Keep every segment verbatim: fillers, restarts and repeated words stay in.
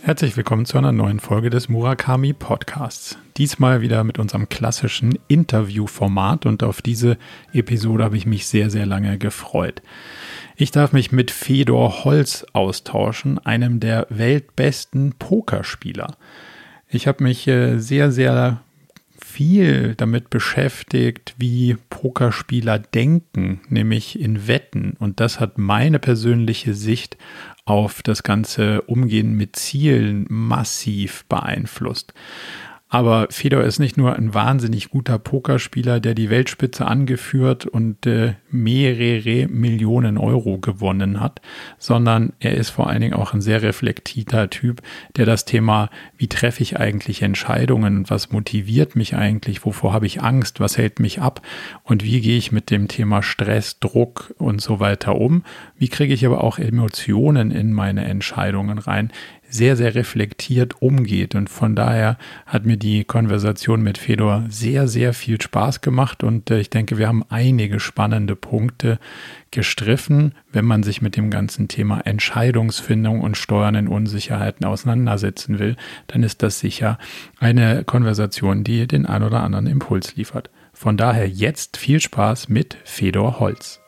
Herzlich willkommen zu einer neuen Folge des Murakami Podcasts. Diesmal wieder mit unserem klassischen Interviewformat und auf diese Episode habe ich mich sehr, sehr lange gefreut. Ich darf mich mit Fedor Holz austauschen, einem der weltbesten Pokerspieler. Ich habe mich äh, sehr, sehr viel damit beschäftigt, wie Pokerspieler denken, nämlich in Wetten. Und das hat meine persönliche Sicht auf das ganze Umgehen mit Zielen massiv beeinflusst. Aber Fedor ist nicht nur ein wahnsinnig guter Pokerspieler, der die Weltspitze angeführt und äh, mehrere Millionen Euro gewonnen hat, sondern er ist vor allen Dingen auch ein sehr reflektierter Typ, der das Thema, wie treffe ich eigentlich Entscheidungen und was motiviert mich eigentlich, wovor habe ich Angst, was hält mich ab und wie gehe ich mit dem Thema Stress, Druck und so weiter um, wie kriege ich aber auch Emotionen in meine Entscheidungen rein, sehr, sehr reflektiert umgeht. Und von daher hat mir die Konversation mit Fedor sehr, sehr viel Spaß gemacht. Und äh, ich denke, wir haben einige spannende Punkte gestriffen. Wenn man sich mit dem ganzen Thema Entscheidungsfindung und Steuern in Unsicherheiten auseinandersetzen will, dann ist das sicher eine Konversation, die den ein oder anderen Impuls liefert. Von daher jetzt viel Spaß mit Fedor Holz.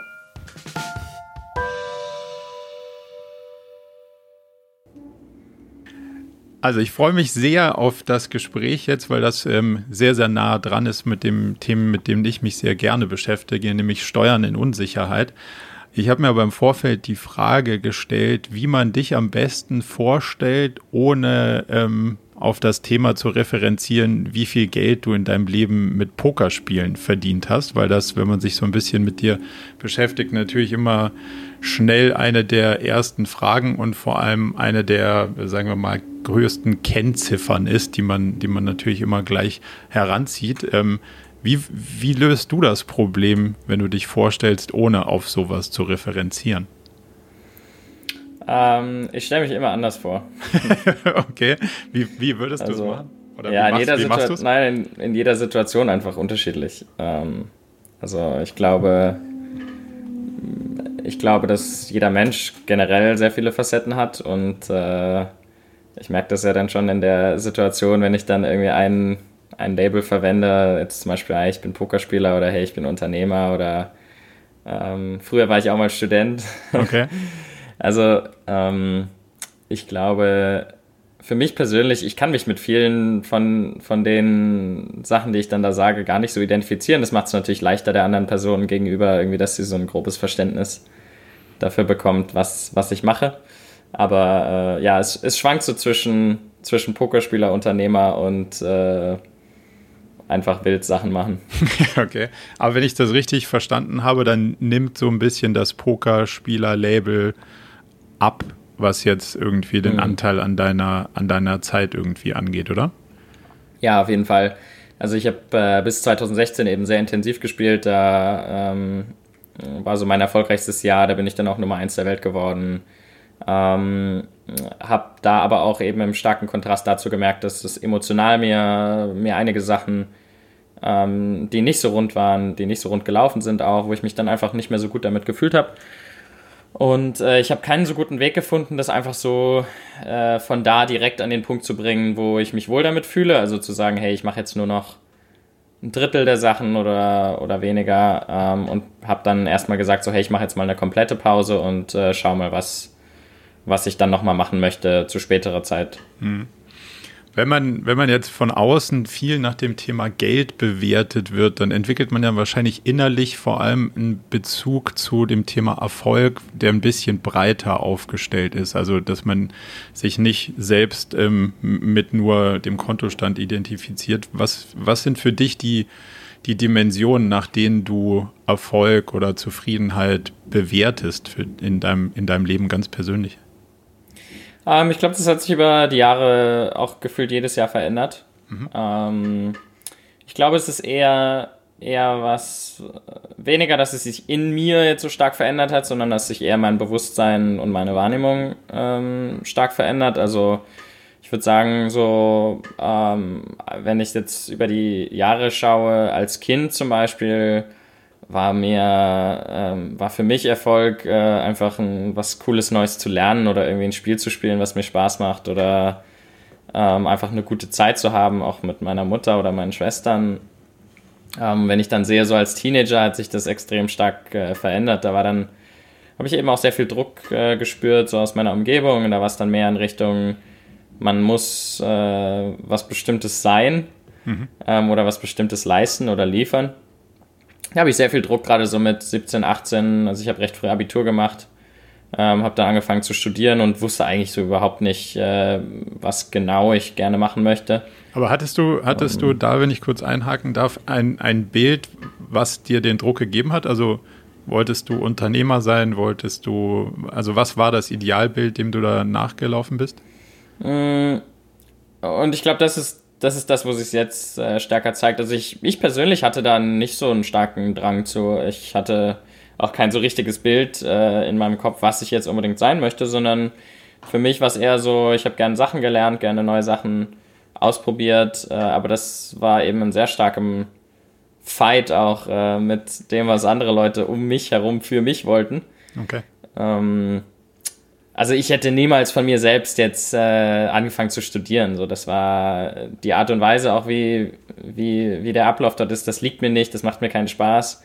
Also ich freue mich sehr auf das Gespräch jetzt, weil das ähm, sehr, sehr nah dran ist mit dem Thema, mit dem ich mich sehr gerne beschäftige, nämlich Steuern in Unsicherheit. Ich habe mir aber im Vorfeld die Frage gestellt, wie man dich am besten vorstellt, ohne ähm, auf das Thema zu referenzieren, wie viel Geld du in deinem Leben mit Pokerspielen verdient hast, weil das, wenn man sich so ein bisschen mit dir beschäftigt, natürlich immer schnell eine der ersten Fragen und vor allem eine der, sagen wir mal, größten Kennziffern ist, die man, die man natürlich immer gleich heranzieht. Ähm, wie, wie löst du das Problem, wenn du dich vorstellst, ohne auf sowas zu referenzieren? Ähm, ich stelle mich immer anders vor. Okay, wie, wie würdest also, du es machen? Oder ja, wie machst, in jeder wie machst Situ- Nein, in, in jeder Situation einfach unterschiedlich. Ähm, also ich glaube, ich glaube, dass jeder Mensch generell sehr viele Facetten hat und äh, ich merke das ja dann schon in der Situation, wenn ich dann irgendwie ein, ein Label verwende, jetzt zum Beispiel, hey, ich bin Pokerspieler oder hey, ich bin Unternehmer oder ähm, früher war ich auch mal Student. Okay. Also ähm, ich glaube, für mich persönlich, ich kann mich mit vielen von, von den Sachen, die ich dann da sage, gar nicht so identifizieren. Das macht es natürlich leichter der anderen Person gegenüber, irgendwie, dass sie so ein grobes Verständnis dafür bekommt, was, was ich mache. Aber äh, ja, es, es schwankt so zwischen, zwischen Pokerspieler, Unternehmer und äh, einfach wild Sachen machen. Okay, aber wenn ich das richtig verstanden habe, dann nimmt so ein bisschen das Pokerspieler-Label ab, was jetzt irgendwie den mhm. Anteil an deiner, an deiner Zeit irgendwie angeht, oder? Ja, auf jeden Fall. Also ich habe äh, bis zwanzig sechzehn eben sehr intensiv gespielt. Da ähm, war so mein erfolgreichstes Jahr. Da bin ich dann auch Nummer eins der Welt geworden. Ähm, habe da aber auch eben im starken Kontrast dazu gemerkt, dass es emotional mir, mir einige Sachen, ähm, die nicht so rund waren, die nicht so rund gelaufen sind auch, wo ich mich dann einfach nicht mehr so gut damit gefühlt habe. Und äh, ich habe keinen so guten Weg gefunden, das einfach so äh, von da direkt an den Punkt zu bringen, wo ich mich wohl damit fühle. Also zu sagen, hey, ich mache jetzt nur noch ein Drittel der Sachen oder, oder weniger ähm, und habe dann erstmal gesagt, so hey, ich mache jetzt mal eine komplette Pause und äh, schau mal, was was ich dann nochmal machen möchte zu späterer Zeit. Hm. Wenn man, wenn man jetzt von außen viel nach dem Thema Geld bewertet wird, dann entwickelt man ja wahrscheinlich innerlich vor allem einen Bezug zu dem Thema Erfolg, der ein bisschen breiter aufgestellt ist. Also, dass man sich nicht selbst ähm, mit nur dem Kontostand identifiziert. Was, was sind für dich die, die Dimensionen, nach denen du Erfolg oder Zufriedenheit bewertest für in deinem, in deinem Leben ganz persönlich? Ähm, ich glaube, das hat sich über die Jahre auch gefühlt jedes Jahr verändert. Mhm. Ähm, ich glaube, es ist eher, eher was, weniger, dass es sich in mir jetzt so stark verändert hat, sondern dass sich eher mein Bewusstsein und meine Wahrnehmung ähm, stark verändert. Also ich würde sagen, so, ähm, wenn ich jetzt über die Jahre schaue, als Kind zum Beispiel, war mir, ähm, war für mich Erfolg, äh, einfach ein, was Cooles Neues zu lernen oder irgendwie ein Spiel zu spielen, was mir Spaß macht oder ähm, einfach eine gute Zeit zu haben, auch mit meiner Mutter oder meinen Schwestern. Ähm, wenn ich dann sehe, so als Teenager hat sich das extrem stark äh, verändert. Da war dann, habe ich eben auch sehr viel Druck äh, gespürt, so aus meiner Umgebung. Und da war es dann mehr in Richtung, man muss äh, was Bestimmtes sein mhm. ähm, oder was Bestimmtes leisten oder liefern. Da habe ich sehr viel Druck, gerade so mit siebzehn, achtzehn. Also ich habe recht früh Abitur gemacht, ähm, habe dann angefangen zu studieren und wusste eigentlich so überhaupt nicht, äh, was genau ich gerne machen möchte. Aber hattest du, hattest um, du da, wenn ich kurz einhaken darf, ein, ein Bild, was dir den Druck gegeben hat? Also wolltest du Unternehmer sein? Wolltest du, also was war das Idealbild, dem du da nachgelaufen bist? Und ich glaube, das ist Das ist das, wo sich jetzt äh, stärker zeigt. Also ich, ich persönlich hatte da nicht so einen starken Drang zu. Ich hatte auch kein so richtiges Bild äh, in meinem Kopf, was ich jetzt unbedingt sein möchte, sondern für mich war es eher so, ich habe gerne Sachen gelernt, gerne neue Sachen ausprobiert, äh, aber das war eben in sehr starkem Fight auch äh, mit dem, was andere Leute um mich herum für mich wollten. Okay. Ähm, Also ich hätte niemals von mir selbst jetzt äh, angefangen zu studieren. So, das war die Art und Weise auch, wie, wie, wie der Ablauf dort ist. Das liegt mir nicht, das macht mir keinen Spaß.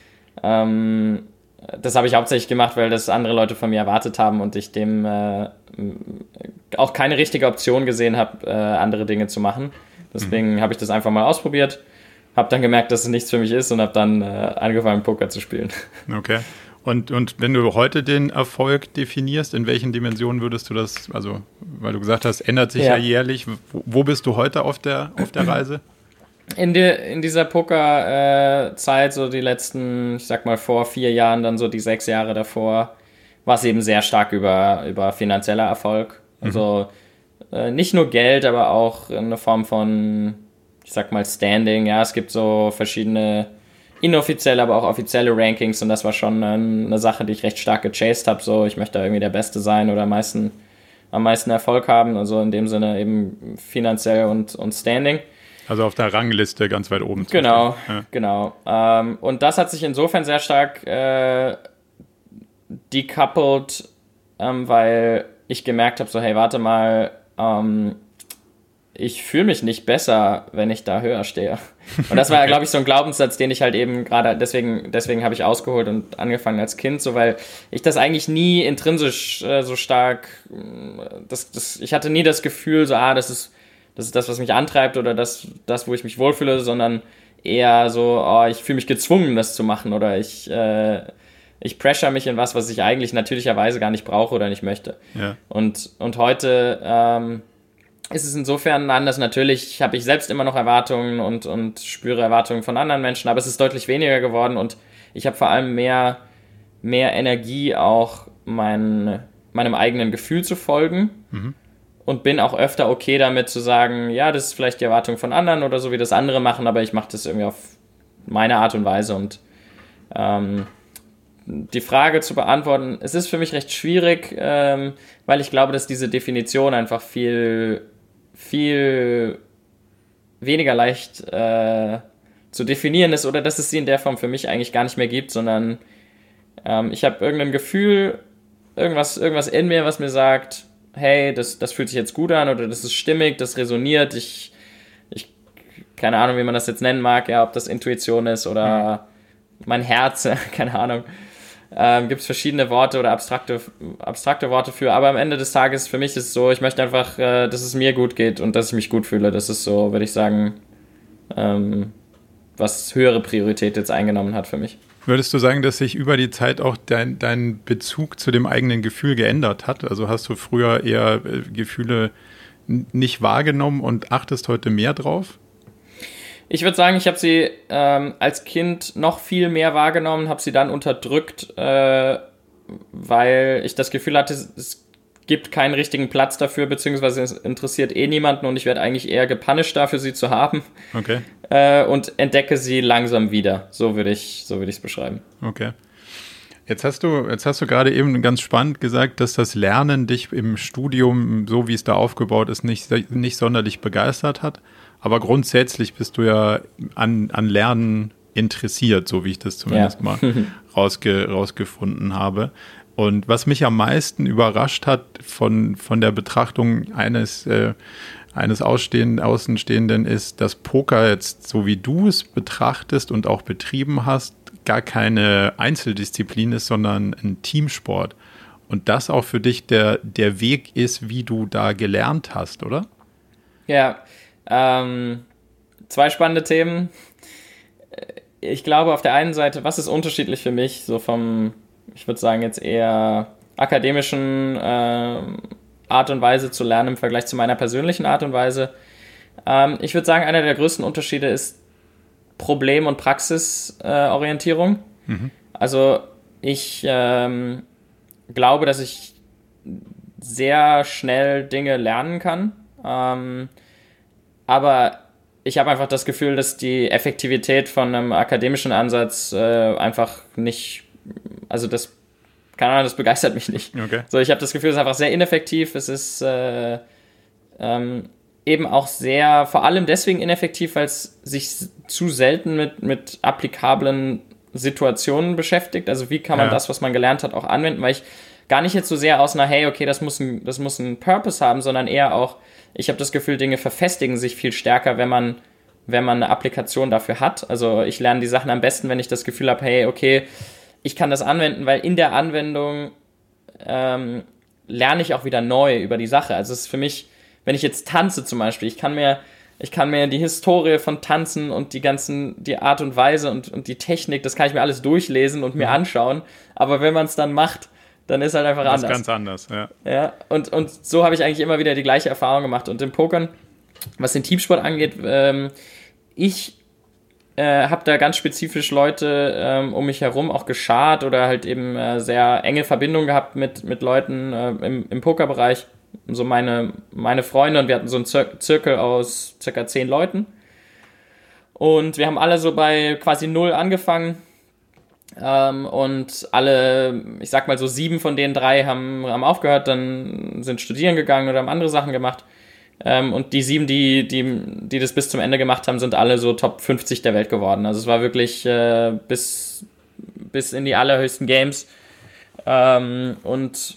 Ähm, das habe ich hauptsächlich gemacht, weil das andere Leute von mir erwartet haben und ich dem äh, auch keine richtige Option gesehen habe, äh, andere Dinge zu machen. Deswegen mhm. habe ich das einfach mal ausprobiert, habe dann gemerkt, dass es nichts für mich ist und habe dann äh, angefangen, Poker zu spielen. Okay. Und, und wenn du heute den Erfolg definierst, in welchen Dimensionen würdest du das, also weil du gesagt hast, ändert sich ja, ja jährlich, wo, wo bist du heute auf der, auf der Reise? In, die, in dieser Poker-Zeit, äh, so die letzten, ich sag mal vor vier Jahren, dann so die sechs Jahre davor, war es eben sehr stark über, über finanzieller Erfolg. Also mhm. äh, nicht nur Geld, aber auch eine Form von, ich sag mal Standing. Ja, es gibt so verschiedene inoffizielle, aber auch offizielle Rankings und das war schon eine Sache, die ich recht stark gechased habe. So, ich möchte irgendwie der Beste sein oder am meisten, am meisten Erfolg haben. Also in dem Sinne eben finanziell und, und Standing. Also auf der Rangliste ganz weit oben. Genau, ja. genau. Ähm, und das hat sich insofern sehr stark äh, decoupled, ähm, weil ich gemerkt habe, so hey, warte mal, ähm, ich fühle mich nicht besser, wenn ich da höher stehe. Und das war ja, glaube ich, so ein Glaubenssatz, den ich halt eben gerade, deswegen, deswegen habe ich ausgeholt und angefangen als Kind, so weil ich das eigentlich nie intrinsisch äh, so stark, das, das, ich hatte nie das Gefühl, so, ah, das ist, das ist das, was mich antreibt oder das, das, wo ich mich wohlfühle, sondern eher so, oh, ich fühle mich gezwungen, das zu machen oder ich, äh, ich pressure mich in was, was ich eigentlich natürlicherweise gar nicht brauche oder nicht möchte. Ja. Und, und heute, ähm, ist es insofern anders. Natürlich habe ich selbst immer noch Erwartungen und, und spüre Erwartungen von anderen Menschen, aber es ist deutlich weniger geworden und ich habe vor allem mehr, mehr Energie, auch mein, meinem eigenen Gefühl zu folgen mhm. und bin auch öfter okay damit zu sagen, ja, das ist vielleicht die Erwartung von anderen oder so, wie das andere machen, aber ich mache das irgendwie auf meine Art und Weise und ähm, die Frage zu beantworten, es ist für mich recht schwierig, ähm, weil ich glaube, dass diese Definition einfach viel viel weniger leicht äh, zu definieren ist oder dass es sie in der Form für mich eigentlich gar nicht mehr gibt, sondern ähm, ich habe irgendein Gefühl, irgendwas, irgendwas in mir, was mir sagt, hey, das, das fühlt sich jetzt gut an oder das ist stimmig, das resoniert, ich, ich keine Ahnung, wie man das jetzt nennen mag, ja, ob das Intuition ist oder mhm. mein Herz, keine Ahnung. Ähm, gibt es verschiedene Worte oder abstrakte, abstrakte Worte für, aber am Ende des Tages, für mich ist es so, ich möchte einfach, äh, dass es mir gut geht und dass ich mich gut fühle. Das ist so, würde ich sagen, ähm, was höhere Priorität jetzt eingenommen hat für mich. Würdest du sagen, dass sich über die Zeit auch dein, dein Bezug zu dem eigenen Gefühl geändert hat? Also hast du früher eher äh, Gefühle nicht wahrgenommen und achtest heute mehr drauf? Ich würde sagen, ich habe sie ähm, als Kind noch viel mehr wahrgenommen, habe sie dann unterdrückt, äh, weil ich das Gefühl hatte, es gibt keinen richtigen Platz dafür, beziehungsweise es interessiert eh niemanden und ich werde eigentlich eher gepunished dafür, sie zu haben. Okay. Äh, und entdecke sie langsam wieder. So würde ich so würde ich es beschreiben. Okay. Jetzt hast du, jetzt hast du gerade eben ganz spannend gesagt, dass das Lernen dich im Studium, so wie es da aufgebaut ist, nicht, nicht sonderlich begeistert hat. Aber grundsätzlich bist du ja an, an Lernen interessiert, so wie ich das zumindest ja. mal rausge, rausgefunden habe. Und was mich am meisten überrascht hat von, von der Betrachtung eines, äh, eines Ausstehenden, Außenstehenden ist, dass Poker jetzt, so wie du es betrachtest und auch betrieben hast, gar keine Einzeldisziplin ist, sondern ein Teamsport. Und das auch für dich der, der Weg ist, wie du da gelernt hast, oder? Ja, ähm, zwei spannende Themen. Ich glaube, auf der einen Seite, was ist unterschiedlich für mich, so vom, ich würde sagen, jetzt eher akademischen äh, Art und Weise zu lernen im Vergleich zu meiner persönlichen Art und Weise. Ähm, ich würde sagen, einer der größten Unterschiede ist Problem- und Praxisorientierung. Äh, mhm. Also ich ähm, glaube, dass ich sehr schnell Dinge lernen kann, ähm, aber ich habe einfach das Gefühl, dass die Effektivität von einem akademischen Ansatz äh, einfach nicht, also das, keine Ahnung, das begeistert mich nicht. Okay. So, ich habe das Gefühl, es ist einfach sehr ineffektiv, es ist äh, ähm, eben auch sehr, vor allem deswegen ineffektiv, weil es sich zu selten mit, mit applikablen Situationen beschäftigt. Also wie kann man ja. das, was man gelernt hat, auch anwenden, weil ich gar nicht jetzt so sehr aus einer, hey, okay, das muss ein, das muss einen Purpose haben, sondern eher auch, ich habe das Gefühl, Dinge verfestigen sich viel stärker, wenn man, wenn man eine Applikation dafür hat. Also ich lerne die Sachen am besten, wenn ich das Gefühl habe, hey, okay, ich kann das anwenden, weil in der Anwendung ähm, lerne ich auch wieder neu über die Sache. Also es ist für mich, wenn ich jetzt tanze zum Beispiel, ich kann mir, ich kann mir die Historie von Tanzen und die ganzen, die Art und Weise und, und die Technik, das kann ich mir alles durchlesen und mir mhm. anschauen. Aber wenn man es dann macht, dann ist halt einfach das anders. Das ist ganz anders, ja. Ja, und, und so habe ich eigentlich immer wieder die gleiche Erfahrung gemacht. Und im Pokern, was den Teamsport angeht, ähm, ich äh, habe da ganz spezifisch Leute ähm, um mich herum auch geschart oder halt eben äh, sehr enge Verbindungen gehabt mit, mit Leuten äh, im, im Pokerbereich. So meine, meine Freunde, und wir hatten so einen Zir- Zirkel aus circa zehn Leuten. Und wir haben alle so bei quasi null angefangen. Ähm, und alle, ich sag mal so sieben von den drei haben, haben aufgehört, dann sind studieren gegangen oder haben andere Sachen gemacht. Ähm, und die sieben, die, die, die das bis zum Ende gemacht haben, sind alle so Top fünfzig der Welt geworden. Also es war wirklich äh, bis, bis in die allerhöchsten Games. Ähm, und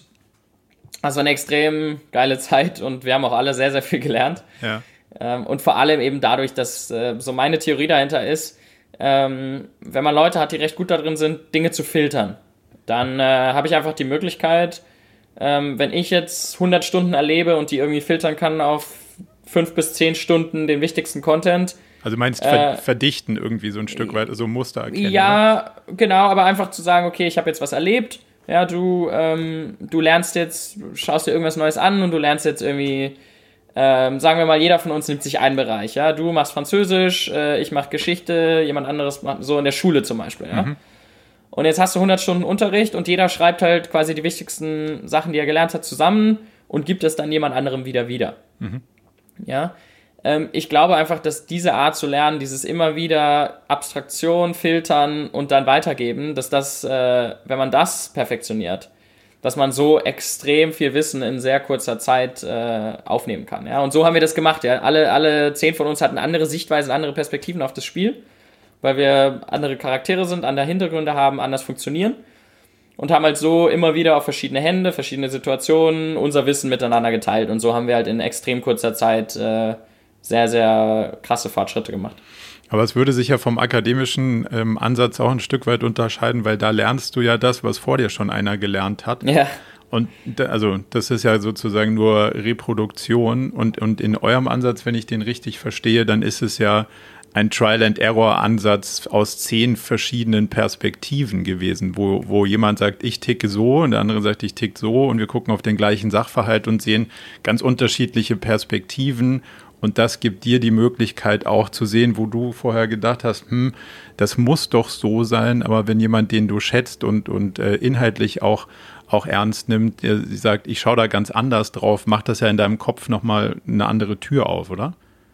das war eine extrem geile Zeit und wir haben auch alle sehr, sehr viel gelernt. Ja. Ähm, und vor allem eben dadurch, dass äh, so meine Theorie dahinter ist, ähm, wenn man Leute hat, die recht gut darin sind, Dinge zu filtern, dann äh, habe ich einfach die Möglichkeit, ähm, wenn ich jetzt hundert Stunden erlebe und die irgendwie filtern kann auf fünf bis zehn Stunden den wichtigsten Content. Also meinst du äh, verdichten irgendwie so ein Stück weit, also Muster erkennen? Ja, oder? Genau, aber einfach zu sagen, okay, ich habe jetzt was erlebt, ja, du, ähm, du lernst jetzt, schaust dir irgendwas Neues an und du lernst jetzt irgendwie, ähm, sagen wir mal, jeder von uns nimmt sich einen Bereich, ja, du machst Französisch, äh, ich mach Geschichte, jemand anderes macht, so in der Schule zum Beispiel, ja. Mhm. Und jetzt hast du hundert Stunden Unterricht und jeder schreibt halt quasi die wichtigsten Sachen, die er gelernt hat, zusammen und gibt es dann jemand anderem wieder wieder. Mhm. Ja, ähm, ich glaube einfach, dass diese Art zu lernen, dieses immer wieder Abstraktion, filtern und dann weitergeben, dass das, äh, wenn man das perfektioniert, dass man so extrem viel Wissen in sehr kurzer Zeit äh, aufnehmen kann. Ja? Und so haben wir das gemacht. Ja? Alle, alle zehn von uns hatten andere Sichtweisen, andere Perspektiven auf das Spiel, weil wir andere Charaktere sind, andere Hintergründe haben, anders funktionieren und haben halt so immer wieder auf verschiedene Hände, verschiedene Situationen unser Wissen miteinander geteilt. Und so haben wir halt in extrem kurzer Zeit äh, sehr, sehr krasse Fortschritte gemacht. Aber es würde sich ja vom akademischen ähm, Ansatz auch ein Stück weit unterscheiden, weil da lernst du ja das, was vor dir schon einer gelernt hat. Ja. Und da, also das ist ja sozusagen nur Reproduktion. Und, und in eurem Ansatz, wenn ich den richtig verstehe, dann ist es ja ein Trial-and-Error-Ansatz aus zehn verschiedenen Perspektiven gewesen, wo, wo jemand sagt, ich ticke so und der andere sagt, ich ticke so und wir gucken auf den gleichen Sachverhalt und sehen ganz unterschiedliche Perspektiven. Und das gibt dir die Möglichkeit auch zu sehen, wo du vorher gedacht hast, hm, das muss doch so sein. Aber wenn jemand, den du schätzt und, und äh, inhaltlich auch, auch ernst nimmt, der sagt, ich schaue da ganz anders drauf, macht das ja in deinem Kopf nochmal eine andere Tür auf, oder?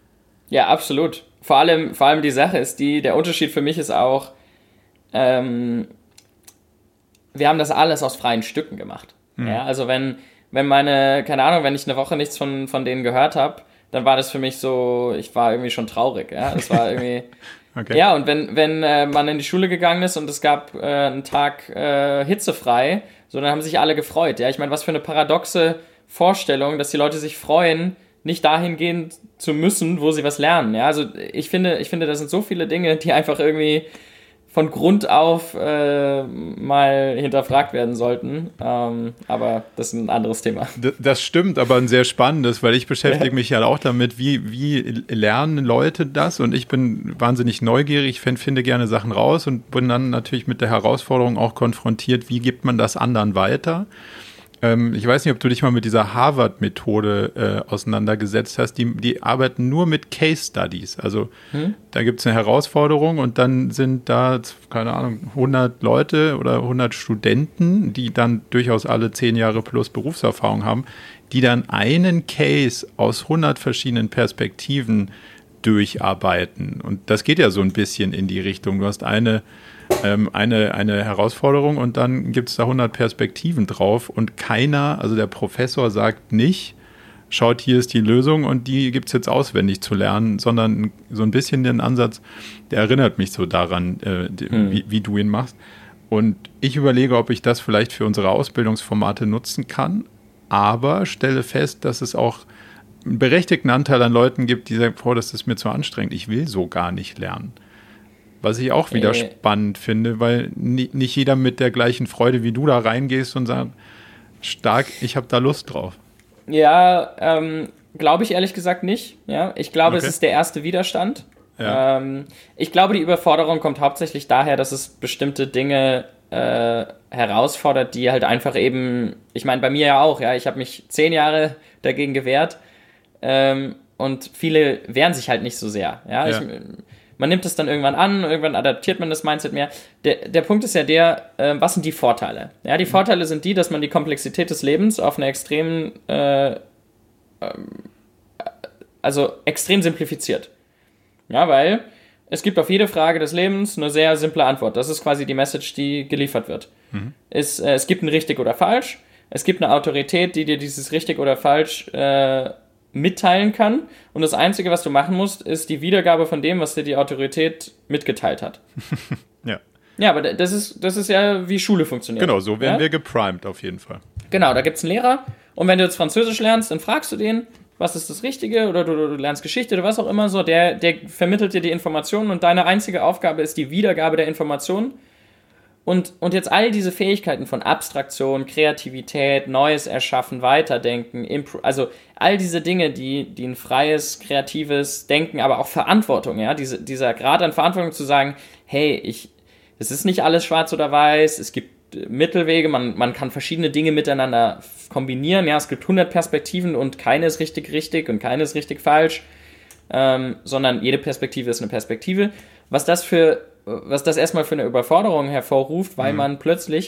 Ja, absolut. Vor allem, vor allem die Sache ist die, der Unterschied für mich ist auch, ähm, wir haben das alles aus freien Stücken gemacht. Mhm. Ja, also wenn, wenn meine, keine Ahnung, wenn ich eine Woche nichts von, von denen gehört habe, dann war das für mich so, ich war irgendwie schon traurig, ja, das war irgendwie, okay. Ja, und wenn, wenn äh, man in die Schule gegangen ist und es gab äh, einen Tag äh, hitzefrei, so, dann haben sich alle gefreut, ja, ich meine, was für eine paradoxe Vorstellung, dass die Leute sich freuen, nicht dahin gehen zu müssen, wo sie was lernen, ja, also ich finde, ich finde, das sind so viele Dinge, die einfach irgendwie von Grund auf äh, mal hinterfragt werden sollten. Ähm, aber das ist ein anderes Thema. Das stimmt, aber ein sehr spannendes, weil ich beschäftige ja. mich ja auch damit, wie, wie lernen Leute das, und ich bin wahnsinnig neugierig, find, finde gerne Sachen raus und bin dann natürlich mit der Herausforderung auch konfrontiert, wie gibt man das anderen weiter? Ähm, ich weiß nicht, ob du dich mal mit dieser Harvard-Methode äh, auseinandergesetzt hast. Die, die arbeiten nur mit Case Studies. Also hm? da gibt es eine Herausforderung und dann sind da, keine Ahnung, hundert Leute oder hundert Studenten, die dann durchaus alle zehn Jahre plus Berufserfahrung haben, die dann einen Case aus hundert verschiedenen Perspektiven durcharbeiten. Und das geht ja so ein bisschen in die Richtung. Du hast eine Ähm, eine, eine Herausforderung und dann gibt es da hundert Perspektiven drauf und keiner, also der Professor sagt nicht, schaut, hier ist die Lösung und die gibt es jetzt auswendig zu lernen, sondern so ein bisschen den Ansatz, der erinnert mich so daran, äh, die, hm. wie, wie du ihn machst. Und ich überlege, ob ich das vielleicht für unsere Ausbildungsformate nutzen kann, aber stelle fest, dass es auch einen berechtigten Anteil an Leuten gibt, die sagen, oh, das ist mir zu anstrengend, ich will so gar nicht lernen. Was ich auch wieder äh. spannend finde, weil nie, nicht jeder mit der gleichen Freude wie du da reingehst und sagt, stark, ich habe da Lust drauf. Ja, ähm, glaube ich ehrlich gesagt nicht. Ja, ich glaube, okay. Es ist der erste Widerstand. Ja. Ähm, ich glaube, die Überforderung kommt hauptsächlich daher, dass es bestimmte Dinge äh, herausfordert, die halt einfach eben, ich meine, bei mir ja auch, ja, ich habe mich zehn Jahre dagegen gewehrt ähm, und viele wehren sich halt nicht so sehr. Ja, ja. Ich, Man nimmt es dann irgendwann an, irgendwann adaptiert man das Mindset mehr. Der, der Punkt ist ja der, äh, was sind die Vorteile? Ja, die Vorteile sind die, dass man die Komplexität des Lebens auf eine extrem, äh, also extrem simplifiziert. Ja, weil es gibt auf jede Frage des Lebens eine sehr simple Antwort. Das ist quasi die Message, die geliefert wird. Mhm. Es, äh, es gibt ein richtig oder falsch. Es gibt eine Autorität, die dir dieses richtig oder falsch äh, mitteilen kann, und das Einzige, was du machen musst, ist die Wiedergabe von dem, was dir die Autorität mitgeteilt hat. ja. Ja, aber das ist, das ist ja, wie Schule funktioniert. Genau, so werden ja? wir geprimed auf jeden Fall. Genau, da gibt es einen Lehrer, und wenn du jetzt Französisch lernst, dann fragst du den, was ist das Richtige, oder du, du lernst Geschichte oder was auch immer so, der, der vermittelt dir die Informationen, und deine einzige Aufgabe ist die Wiedergabe der Informationen. Und, und jetzt all diese Fähigkeiten von Abstraktion, Kreativität, Neues erschaffen, Weiterdenken, Impro- also all diese Dinge, die, die ein freies, kreatives Denken, aber auch Verantwortung, ja, diese, dieser Grad an Verantwortung zu sagen, hey, ich, es ist nicht alles schwarz oder weiß, es gibt Mittelwege, man, man kann verschiedene Dinge miteinander kombinieren, ja, es gibt hundert Perspektiven und keine ist richtig richtig und keine ist richtig falsch, ähm, sondern jede Perspektive ist eine Perspektive. Was das für was das erstmal für eine Überforderung hervorruft, weil mhm. man plötzlich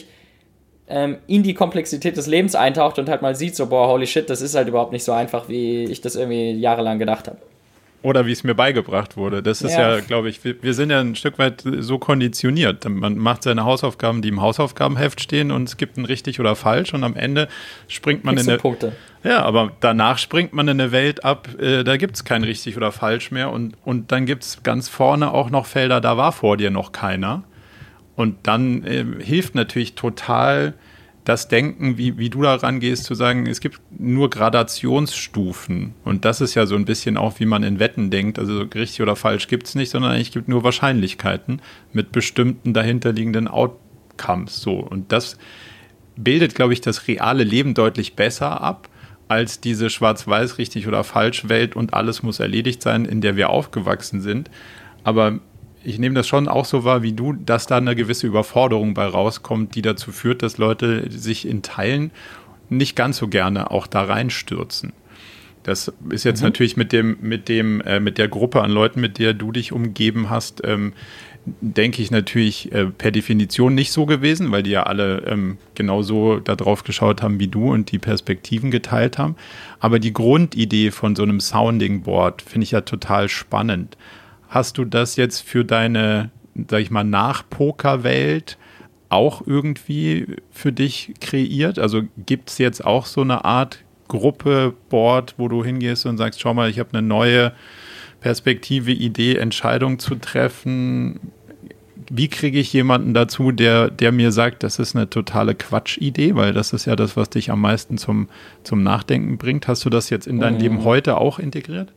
ähm, in die Komplexität des Lebens eintaucht und halt mal sieht, so, boah, holy shit, das ist halt überhaupt nicht so einfach, wie ich das irgendwie jahrelang gedacht habe. Oder wie es mir beigebracht wurde. Das ist ja, ja glaube ich, wir, wir sind ja ein Stück weit so konditioniert. Man macht seine Hausaufgaben, die im Hausaufgabenheft stehen, und es gibt ein richtig oder falsch, und am Ende springt man Kriegst in eine... Punkte. Ja, aber danach springt man in eine Welt ab, äh, da gibt es kein richtig oder falsch mehr, und, und dann gibt es ganz vorne auch noch Felder, da war vor dir noch keiner. Und dann äh, hilft natürlich total das Denken, wie, wie du da rangehst, zu sagen, es gibt nur Gradationsstufen. Und das ist ja so ein bisschen auch, wie man in Wetten denkt. Also richtig oder falsch gibt es nicht, sondern eigentlich gibt es nur Wahrscheinlichkeiten mit bestimmten dahinterliegenden Outcomes. So. Und das bildet, glaube ich, das reale Leben deutlich besser ab als diese schwarz-weiß, richtig oder falsch Welt und alles muss erledigt sein, in der wir aufgewachsen sind. Aber ich nehme das schon auch so wahr wie du, dass da eine gewisse Überforderung bei rauskommt, die dazu führt, dass Leute sich in Teilen nicht ganz so gerne auch da reinstürzen. Das ist jetzt mhm. natürlich mit dem, mit dem, äh, mit der Gruppe an Leuten, mit der du dich umgeben hast, ähm, denke ich natürlich äh, per Definition nicht so gewesen, weil die ja alle ähm, genauso da drauf geschaut haben wie du und die Perspektiven geteilt haben. Aber die Grundidee von so einem Sounding Board finde ich ja total spannend. Hast du das jetzt für deine, sag ich mal, Nach-Poker-Welt auch irgendwie für dich kreiert? Also gibt es jetzt auch so eine Art Gruppe, Board, wo du hingehst und sagst, schau mal, ich habe eine neue Perspektive, Idee, Entscheidung zu treffen. Wie kriege ich jemanden dazu, der, der mir sagt, das ist eine totale Quatschidee, weil das ist ja das, was dich am meisten zum, zum Nachdenken bringt. Hast du das jetzt in dein mhm. Leben heute auch integriert?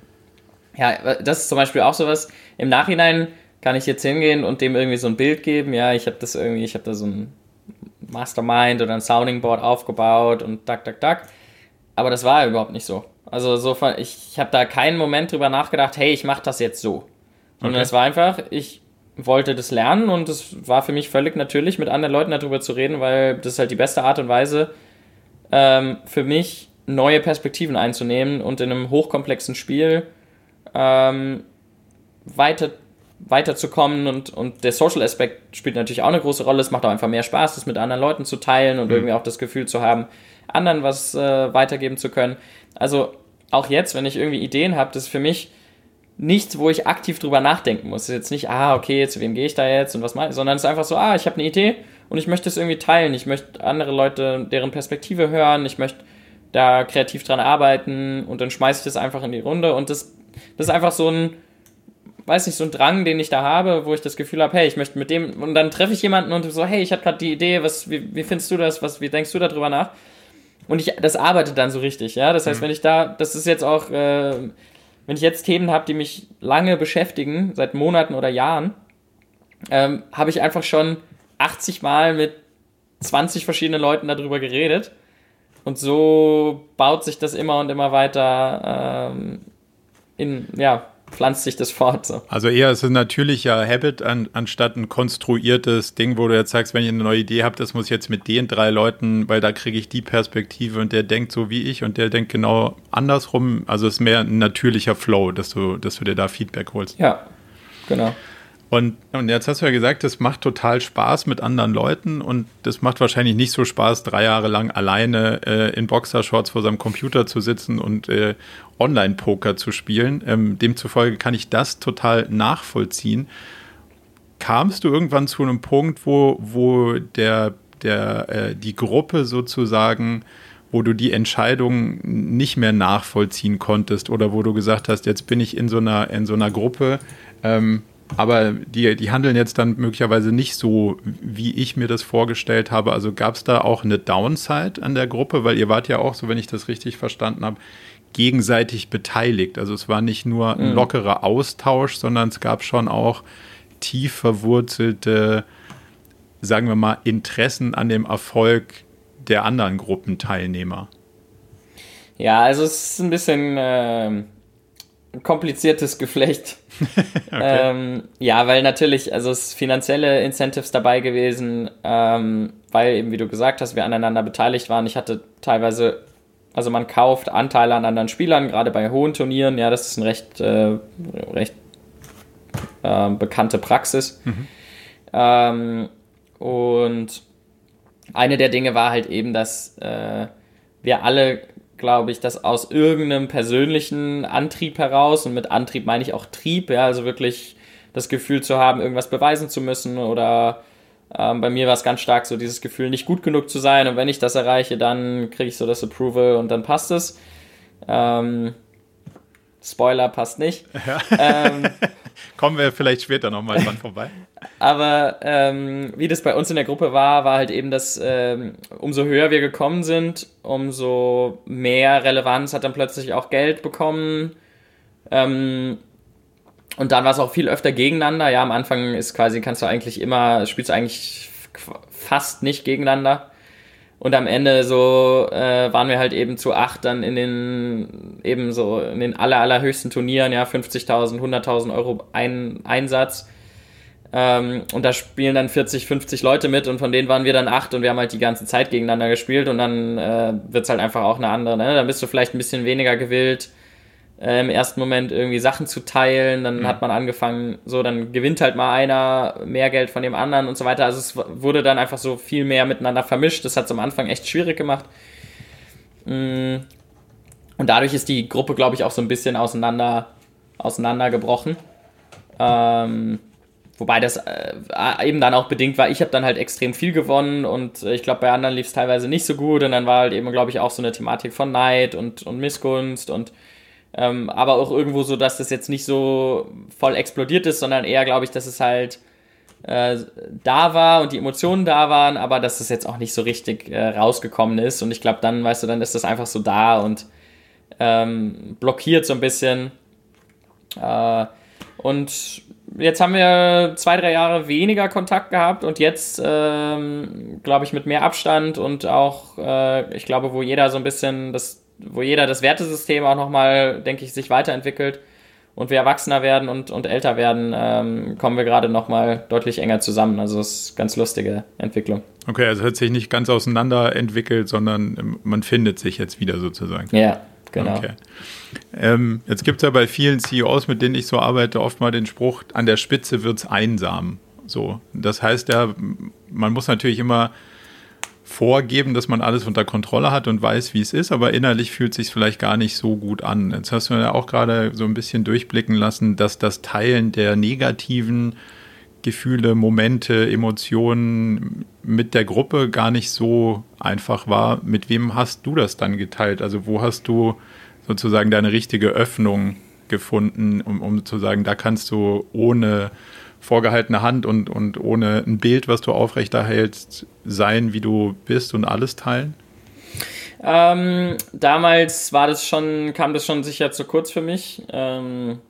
Ja, das ist zum Beispiel auch sowas. Im Nachhinein kann ich jetzt hingehen und dem irgendwie so ein Bild geben. Ja, ich habe das irgendwie, ich habe da so ein Mastermind oder ein Sounding Board aufgebaut und tak, tak, tak. Aber das war ja überhaupt nicht so. Also so, ich, ich habe da keinen Moment drüber nachgedacht, hey, ich mache das jetzt so. Sondern es okay. war einfach, ich wollte das lernen und es war für mich völlig natürlich, mit anderen Leuten darüber zu reden, weil das ist halt die beste Art und Weise ähm, für mich, neue Perspektiven einzunehmen und in einem hochkomplexen Spiel ähm, weiter, weiterzukommen und, und der Social-Aspekt spielt natürlich auch eine große Rolle. Es macht auch einfach mehr Spaß, das mit anderen Leuten zu teilen und mhm. irgendwie auch das Gefühl zu haben, anderen was äh, weitergeben zu können. Also auch jetzt, wenn ich irgendwie Ideen habe, das ist für mich nichts, wo ich aktiv drüber nachdenken muss. Es ist jetzt nicht, ah, okay, zu wem gehe ich da jetzt und was mache ich, sondern es ist einfach so, ah, ich habe eine Idee und ich möchte es irgendwie teilen. Ich möchte andere Leute, deren Perspektive hören. Ich möchte da kreativ dran arbeiten und dann schmeiße ich das einfach in die Runde und das, das ist einfach so ein, weiß nicht, so ein Drang, den ich da habe, wo ich das Gefühl habe, hey, ich möchte mit dem, und dann treffe ich jemanden und so, hey, ich habe gerade die Idee, was, wie, wie findest du das, was, wie denkst du darüber nach? Und ich, das arbeitet dann so richtig, ja, das heißt, mhm. wenn ich da, das ist jetzt auch, äh, wenn ich jetzt Themen habe, die mich lange beschäftigen, seit Monaten oder Jahren, ähm, habe ich einfach schon achtzig Mal mit zwanzig verschiedenen Leuten darüber geredet. Und so baut sich das immer und immer weiter ähm, in, ja, pflanzt sich das fort. So. Also eher ist es ein natürlicher Habit an, anstatt ein konstruiertes Ding, wo du jetzt sagst, wenn ich eine neue Idee habe, das muss ich jetzt mit den drei Leuten, weil da kriege ich die Perspektive und der denkt so wie ich und der denkt genau andersrum. Also es ist mehr ein natürlicher Flow, dass du, dass du dir da Feedback holst. Ja, genau. Und, und jetzt hast du ja gesagt, das macht total Spaß mit anderen Leuten und das macht wahrscheinlich nicht so Spaß, drei Jahre lang alleine äh, in Boxershorts vor seinem Computer zu sitzen und äh, Online-Poker zu spielen. Ähm, demzufolge kann ich das total nachvollziehen. Kamst du irgendwann zu einem Punkt, wo, wo der, der, äh, die Gruppe sozusagen, wo du die Entscheidung nicht mehr nachvollziehen konntest oder wo du gesagt hast, jetzt bin ich in so einer, in so einer Gruppe, ähm, aber die, die handeln jetzt dann möglicherweise nicht so, wie ich mir das vorgestellt habe. Also gab es da auch eine Downside an der Gruppe? Weil ihr wart ja auch, so wenn ich das richtig verstanden habe, gegenseitig beteiligt. Also es war nicht nur ein lockerer Austausch, sondern es gab schon auch tief verwurzelte, sagen wir mal, Interessen an dem Erfolg der anderen Gruppenteilnehmer. Ja, also es ist ein bisschen äh, ein kompliziertes Geflecht. Okay. Ähm, ja, weil natürlich, also es finanzielle Incentives dabei gewesen, ähm, weil eben, wie du gesagt hast, wir aneinander beteiligt waren. Ich hatte teilweise, also man kauft Anteile an anderen Spielern, gerade bei hohen Turnieren, ja, das ist eine recht, äh, recht äh, bekannte Praxis. Mhm. Ähm, und eine der Dinge war halt eben, dass äh, wir alle, glaube ich, das aus irgendeinem persönlichen Antrieb heraus, und mit Antrieb meine ich auch Trieb, ja, also wirklich das Gefühl zu haben, irgendwas beweisen zu müssen oder ähm, bei mir war es ganz stark so dieses Gefühl, nicht gut genug zu sein und wenn ich das erreiche, dann kriege ich so das Approval und dann passt es. Ähm, Spoiler, passt nicht. Ja. Ähm, Kommen wir vielleicht später nochmal dran vorbei. Aber ähm, wie das bei uns in der Gruppe war, war halt eben, dass ähm, umso höher wir gekommen sind, umso mehr Relevanz hat dann plötzlich auch Geld bekommen. Ähm, und dann war es auch viel öfter gegeneinander. Ja, am Anfang ist quasi, kannst du eigentlich immer, spielst du eigentlich fast nicht gegeneinander. Und am Ende so äh, waren wir halt eben zu acht dann in den eben so in den aller, allerhöchsten Turnieren, ja, fünfzigtausend, hunderttausend Euro ein, Einsatz. Ähm, und da spielen dann vierzig, fünfzig Leute mit und von denen waren wir dann acht und wir haben halt die ganze Zeit gegeneinander gespielt und dann äh, wird's halt einfach auch eine andere, ne? Dann bist du vielleicht ein bisschen weniger gewillt, äh, im ersten Moment irgendwie Sachen zu teilen, dann mhm. hat man angefangen, so, dann gewinnt halt mal einer mehr Geld von dem anderen und so weiter, also es wurde dann einfach so viel mehr miteinander vermischt, das hat es am Anfang echt schwierig gemacht. Und dadurch ist die Gruppe, glaube ich, auch so ein bisschen auseinander, auseinandergebrochen. Ähm, wobei das äh, eben dann auch bedingt war, ich habe dann halt extrem viel gewonnen und äh, ich glaube, bei anderen lief es teilweise nicht so gut und dann war halt eben, glaube ich, auch so eine Thematik von Neid und, und Missgunst und ähm, aber auch irgendwo so, dass das jetzt nicht so voll explodiert ist, sondern eher, glaube ich, dass es halt äh, da war und die Emotionen da waren, aber dass es jetzt auch nicht so richtig äh, rausgekommen ist und ich glaube, dann, weißt du, dann ist das einfach so da und ähm, blockiert so ein bisschen äh, und jetzt haben wir zwei, drei Jahre weniger Kontakt gehabt und jetzt, ähm, glaube ich, mit mehr Abstand und auch, äh, ich glaube, wo jeder so ein bisschen, das, wo jeder das Wertesystem auch nochmal, denke ich, sich weiterentwickelt und wir erwachsener werden und, und älter werden, ähm, kommen wir gerade nochmal deutlich enger zusammen. Also das ist eine ganz lustige Entwicklung. Okay, also hat sich nicht ganz auseinander entwickelt, sondern man findet sich jetzt wieder sozusagen. Ja, genau. Okay. Ähm, jetzt gibt es ja bei vielen C E Os, mit denen ich so arbeite, oft mal den Spruch, an der Spitze wird es einsam. So, das heißt ja, man muss natürlich immer vorgeben, dass man alles unter Kontrolle hat und weiß, wie es ist, aber innerlich fühlt es sich vielleicht gar nicht so gut an. Jetzt hast du ja auch gerade so ein bisschen durchblicken lassen, dass das Teilen der negativen Gefühle, Momente, Emotionen mit der Gruppe gar nicht so einfach war. Mit wem hast du das dann geteilt? Also wo hast du sozusagen deine richtige Öffnung gefunden, um, um zu sagen, da kannst du ohne vorgehaltene Hand und, und ohne ein Bild, was du aufrechterhältst, sein, wie du bist und alles teilen? Ähm, damals war das schon, kam das schon sicher zu kurz für mich. Ähm,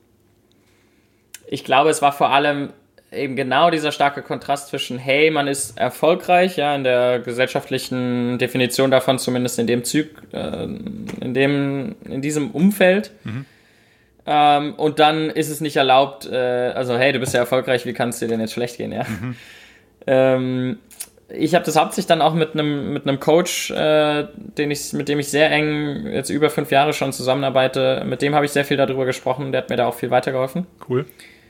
ich glaube, es war vor allem eben genau dieser starke Kontrast zwischen, hey, man ist erfolgreich, ja, in der gesellschaftlichen Definition davon, zumindest in dem Zug, äh, in dem, in diesem Umfeld. Mhm. Ähm, und dann ist es nicht erlaubt, äh, also, hey, du bist ja erfolgreich, wie kann es dir denn jetzt schlecht gehen, ja? Mhm. Ähm, ich habe das hauptsächlich dann auch mit einem mit einem Coach, äh, den ich, mit dem ich sehr eng jetzt über fünf Jahre schon zusammenarbeite, mit dem habe ich sehr viel darüber gesprochen, der hat mir da auch viel weitergeholfen. Cool.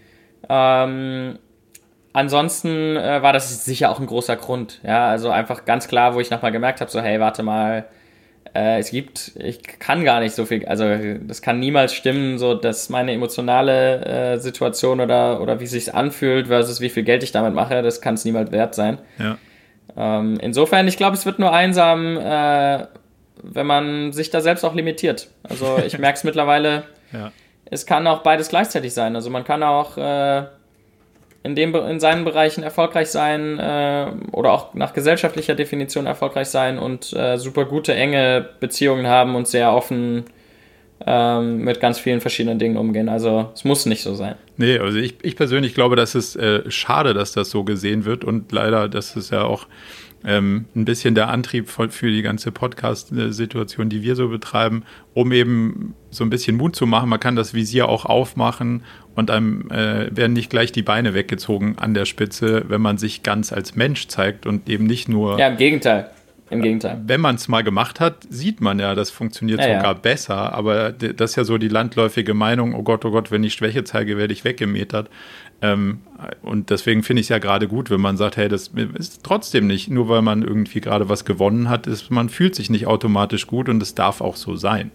Ähm, Ansonsten äh, war das sicher auch ein großer Grund, ja, also einfach ganz klar, wo ich nochmal gemerkt habe, so hey, warte mal, äh, es gibt, ich kann gar nicht so viel, also das kann niemals stimmen, so dass meine emotionale äh, Situation oder, oder wie es sich anfühlt versus wie viel Geld ich damit mache, das kann es niemals wert sein. Ja. Ähm, insofern, ich glaube, es wird nur einsam, äh, wenn man sich da selbst auch limitiert. Also ich merke es mittlerweile, ja. Es kann auch beides gleichzeitig sein, also man kann auch äh, in dem in seinen Bereichen erfolgreich sein äh, oder auch nach gesellschaftlicher Definition erfolgreich sein und äh, super gute, enge Beziehungen haben und sehr offen ähm, mit ganz vielen verschiedenen Dingen umgehen. Also es muss nicht so sein. Nee, also ich, ich persönlich glaube, dass es äh, schade, dass das so gesehen wird und leider, das ist ja auch ähm, ein bisschen der Antrieb für, für die ganze Podcast-Situation, die wir so betreiben, um eben so ein bisschen Mut zu machen. Man kann das Visier auch aufmachen und einem äh, werden nicht gleich die Beine weggezogen an der Spitze, wenn man sich ganz als Mensch zeigt und eben nicht nur... Ja, im Gegenteil. Im Gegenteil. Wenn man es mal gemacht hat, sieht man ja, das funktioniert ja, sogar ja. besser. Aber das ist ja so die landläufige Meinung, oh Gott, oh Gott, wenn ich Schwäche zeige, werde ich weggemetert. Ähm, und deswegen finde ich es ja gerade gut, wenn man sagt, hey, das ist trotzdem nicht, nur weil man irgendwie gerade was gewonnen hat, ist, man fühlt sich nicht automatisch gut und es darf auch so sein.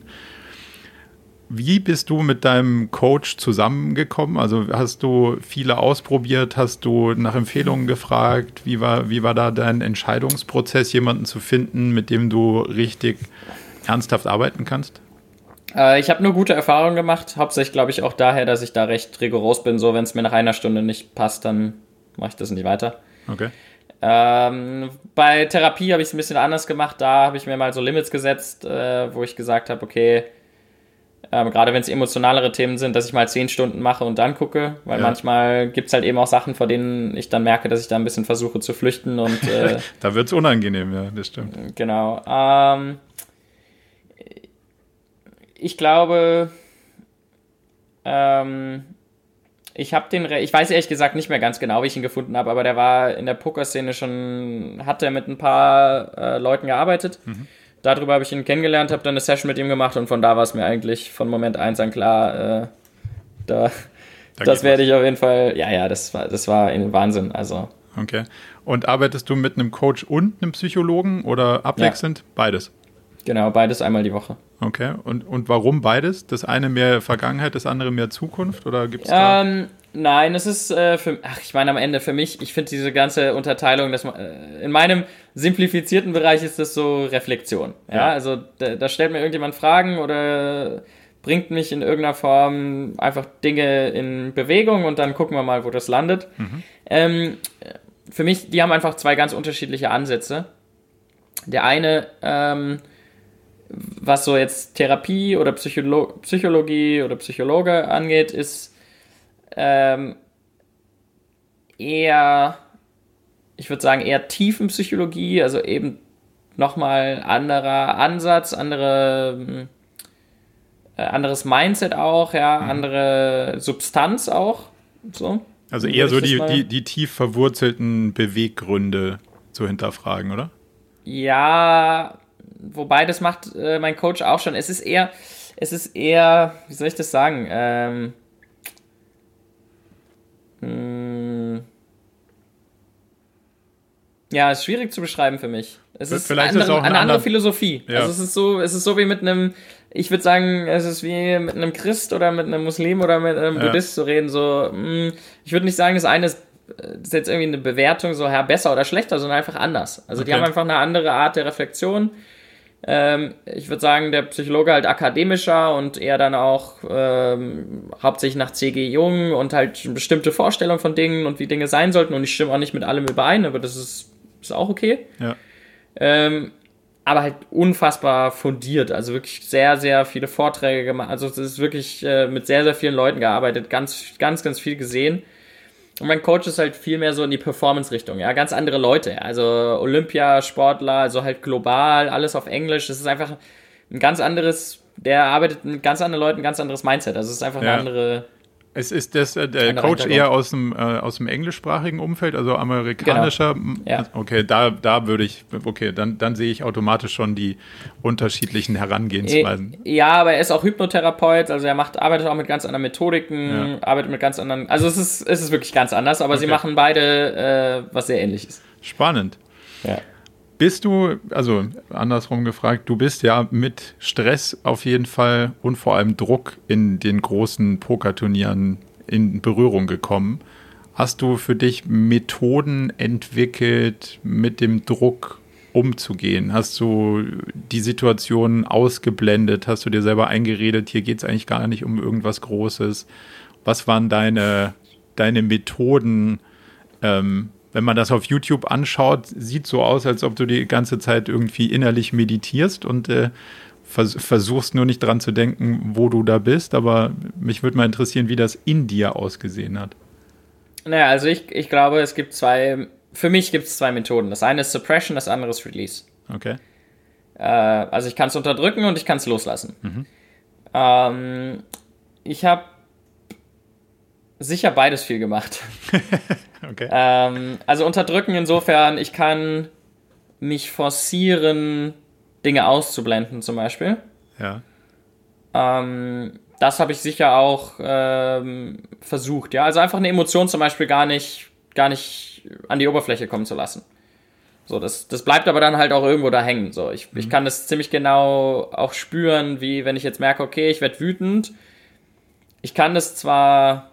Wie bist du mit deinem Coach zusammengekommen? Also hast du viele ausprobiert? Hast du nach Empfehlungen gefragt? Wie war, wie war da dein Entscheidungsprozess, jemanden zu finden, mit dem du richtig ernsthaft arbeiten kannst? Äh, ich habe nur gute Erfahrungen gemacht. Hauptsächlich glaube ich auch daher, dass ich da recht rigoros bin. So, wenn es mir nach einer Stunde nicht passt, dann mache ich das nicht weiter. Okay. Ähm, bei Therapie habe ich es ein bisschen anders gemacht. Da habe ich mir mal so Limits gesetzt, äh, wo ich gesagt habe, okay, Ähm, gerade wenn es emotionalere Themen sind, dass ich mal zehn Stunden mache und dann gucke, weil ja. manchmal gibt es halt eben auch Sachen, vor denen ich dann merke, dass ich da ein bisschen versuche zu flüchten. Und äh, da wird es unangenehm, ja, das stimmt. Genau. Ähm, ich glaube, ähm, ich habe den, Re- ich weiß ehrlich gesagt nicht mehr ganz genau, wie ich ihn gefunden habe, aber der war in der Pokerszene schon, hat er mit ein paar äh, Leuten gearbeitet. Mhm. Darüber habe ich ihn kennengelernt, habe dann eine Session mit ihm gemacht und von da war es mir eigentlich von Moment eins an klar, äh, da, da das werde ich auf jeden Fall, ja, ja, das war, das war ein Wahnsinn, also. Okay. Und arbeitest du mit einem Coach und einem Psychologen oder abwechselnd? Ja. Beides? Genau, beides einmal die Woche. Okay. Und, und warum beides? Das eine mehr Vergangenheit, das andere mehr Zukunft oder gibt's da? Ähm, Nein, es ist äh, für, ach, ich meine am Ende für mich, ich finde diese ganze Unterteilung, dass man, äh, in meinem simplifizierten Bereich ist das so Reflexion. Ja, ja. Also da, da stellt mir irgendjemand Fragen oder bringt mich in irgendeiner Form einfach Dinge in Bewegung und dann gucken wir mal, wo das landet. Mhm. Ähm, für mich, die haben einfach zwei ganz unterschiedliche Ansätze. Der eine, ähm, was so jetzt Therapie oder Psycholo- Psychologie oder Psychologe angeht, ist Ähm, eher, ich würde sagen, eher Tiefenpsychologie, also eben nochmal anderer Ansatz, andere, äh, anderes Mindset auch, ja, mhm. andere Substanz auch, so. Also eher so die, die, die tief verwurzelten Beweggründe zu hinterfragen, oder? Ja, wobei das macht äh, mein Coach auch schon. Es ist eher, es ist eher, wie soll ich das sagen, ähm, Ja, ist schwierig zu beschreiben für mich. Es ist Vielleicht andere, ist auch eine, eine andere andere Philosophie. Ja. Also es ist so, es ist so wie mit einem, ich würde sagen, es ist wie mit einem Christ oder mit einem Muslim oder mit einem ja. Buddhist zu reden. So, mh, ich würde nicht sagen, das eine ist, das ist jetzt irgendwie eine Bewertung, so ja, besser oder schlechter, sondern einfach anders. Also okay. Die haben einfach eine andere Art der Reflexion. Ähm, ich würde sagen, der Psychologe halt akademischer und eher dann auch ähm, hauptsächlich nach C G Jung und halt eine bestimmte Vorstellung von Dingen und wie Dinge sein sollten, und ich stimme auch nicht mit allem überein, aber das ist, ist auch okay. Ja. Ähm, aber halt unfassbar fundiert, also wirklich sehr, sehr viele Vorträge gemacht, also es ist wirklich äh, mit sehr, sehr vielen Leuten gearbeitet, ganz, ganz, ganz viel gesehen. Und mein Coach ist halt viel mehr so in die Performance-Richtung, ja, ganz andere Leute, also Olympiasportler, also halt global, alles auf Englisch, das ist einfach ein ganz anderes, der arbeitet mit ganz anderen Leuten, ein ganz anderes Mindset, also es ist einfach ja. eine andere... Es ist das, äh, der Coach eher aus dem, äh, aus dem englischsprachigen Umfeld, also amerikanischer. Genau. Ja. Okay, da, da würde ich, okay, dann, dann sehe ich automatisch schon die unterschiedlichen Herangehensweisen. Ja, aber er ist auch Hypnotherapeut, also er macht, arbeitet auch mit ganz anderen Methodiken, ja. arbeitet mit ganz anderen, also es ist, es ist wirklich ganz anders, aber okay. sie machen beide äh, was sehr Ähnliches. Spannend. Ja. Bist du, also andersrum gefragt, du bist ja mit Stress auf jeden Fall und vor allem Druck in den großen Pokerturnieren in Berührung gekommen. Hast du für dich Methoden entwickelt, mit dem Druck umzugehen? Hast du die Situation ausgeblendet? Hast du dir selber eingeredet, hier geht es eigentlich gar nicht um irgendwas Großes? Was waren deine, deine Methoden? Ähm, Wenn man das auf YouTube anschaut, sieht so aus, als ob du die ganze Zeit irgendwie innerlich meditierst und äh, vers- versuchst nur nicht dran zu denken, wo du da bist. Aber mich würde mal interessieren, wie das in dir ausgesehen hat. Naja, also ich, ich glaube, es gibt zwei, für mich gibt es zwei Methoden. Das eine ist Suppression, das andere ist Release. Okay. Äh, also ich kann es unterdrücken und ich kann es loslassen. Mhm. Ähm, ich habe sicher beides viel gemacht. Okay. Ähm, also unterdrücken insofern, ich kann mich forcieren, Dinge auszublenden zum Beispiel. Ja. Ähm, das habe ich sicher auch ähm, versucht, ja. Also einfach eine Emotion zum Beispiel gar nicht, gar nicht an die Oberfläche kommen zu lassen. So, das, das bleibt aber dann halt auch irgendwo da hängen. So, ich, mhm. ich kann das ziemlich genau auch spüren, wie wenn ich jetzt merke, okay, ich werde wütend. Ich kann das zwar...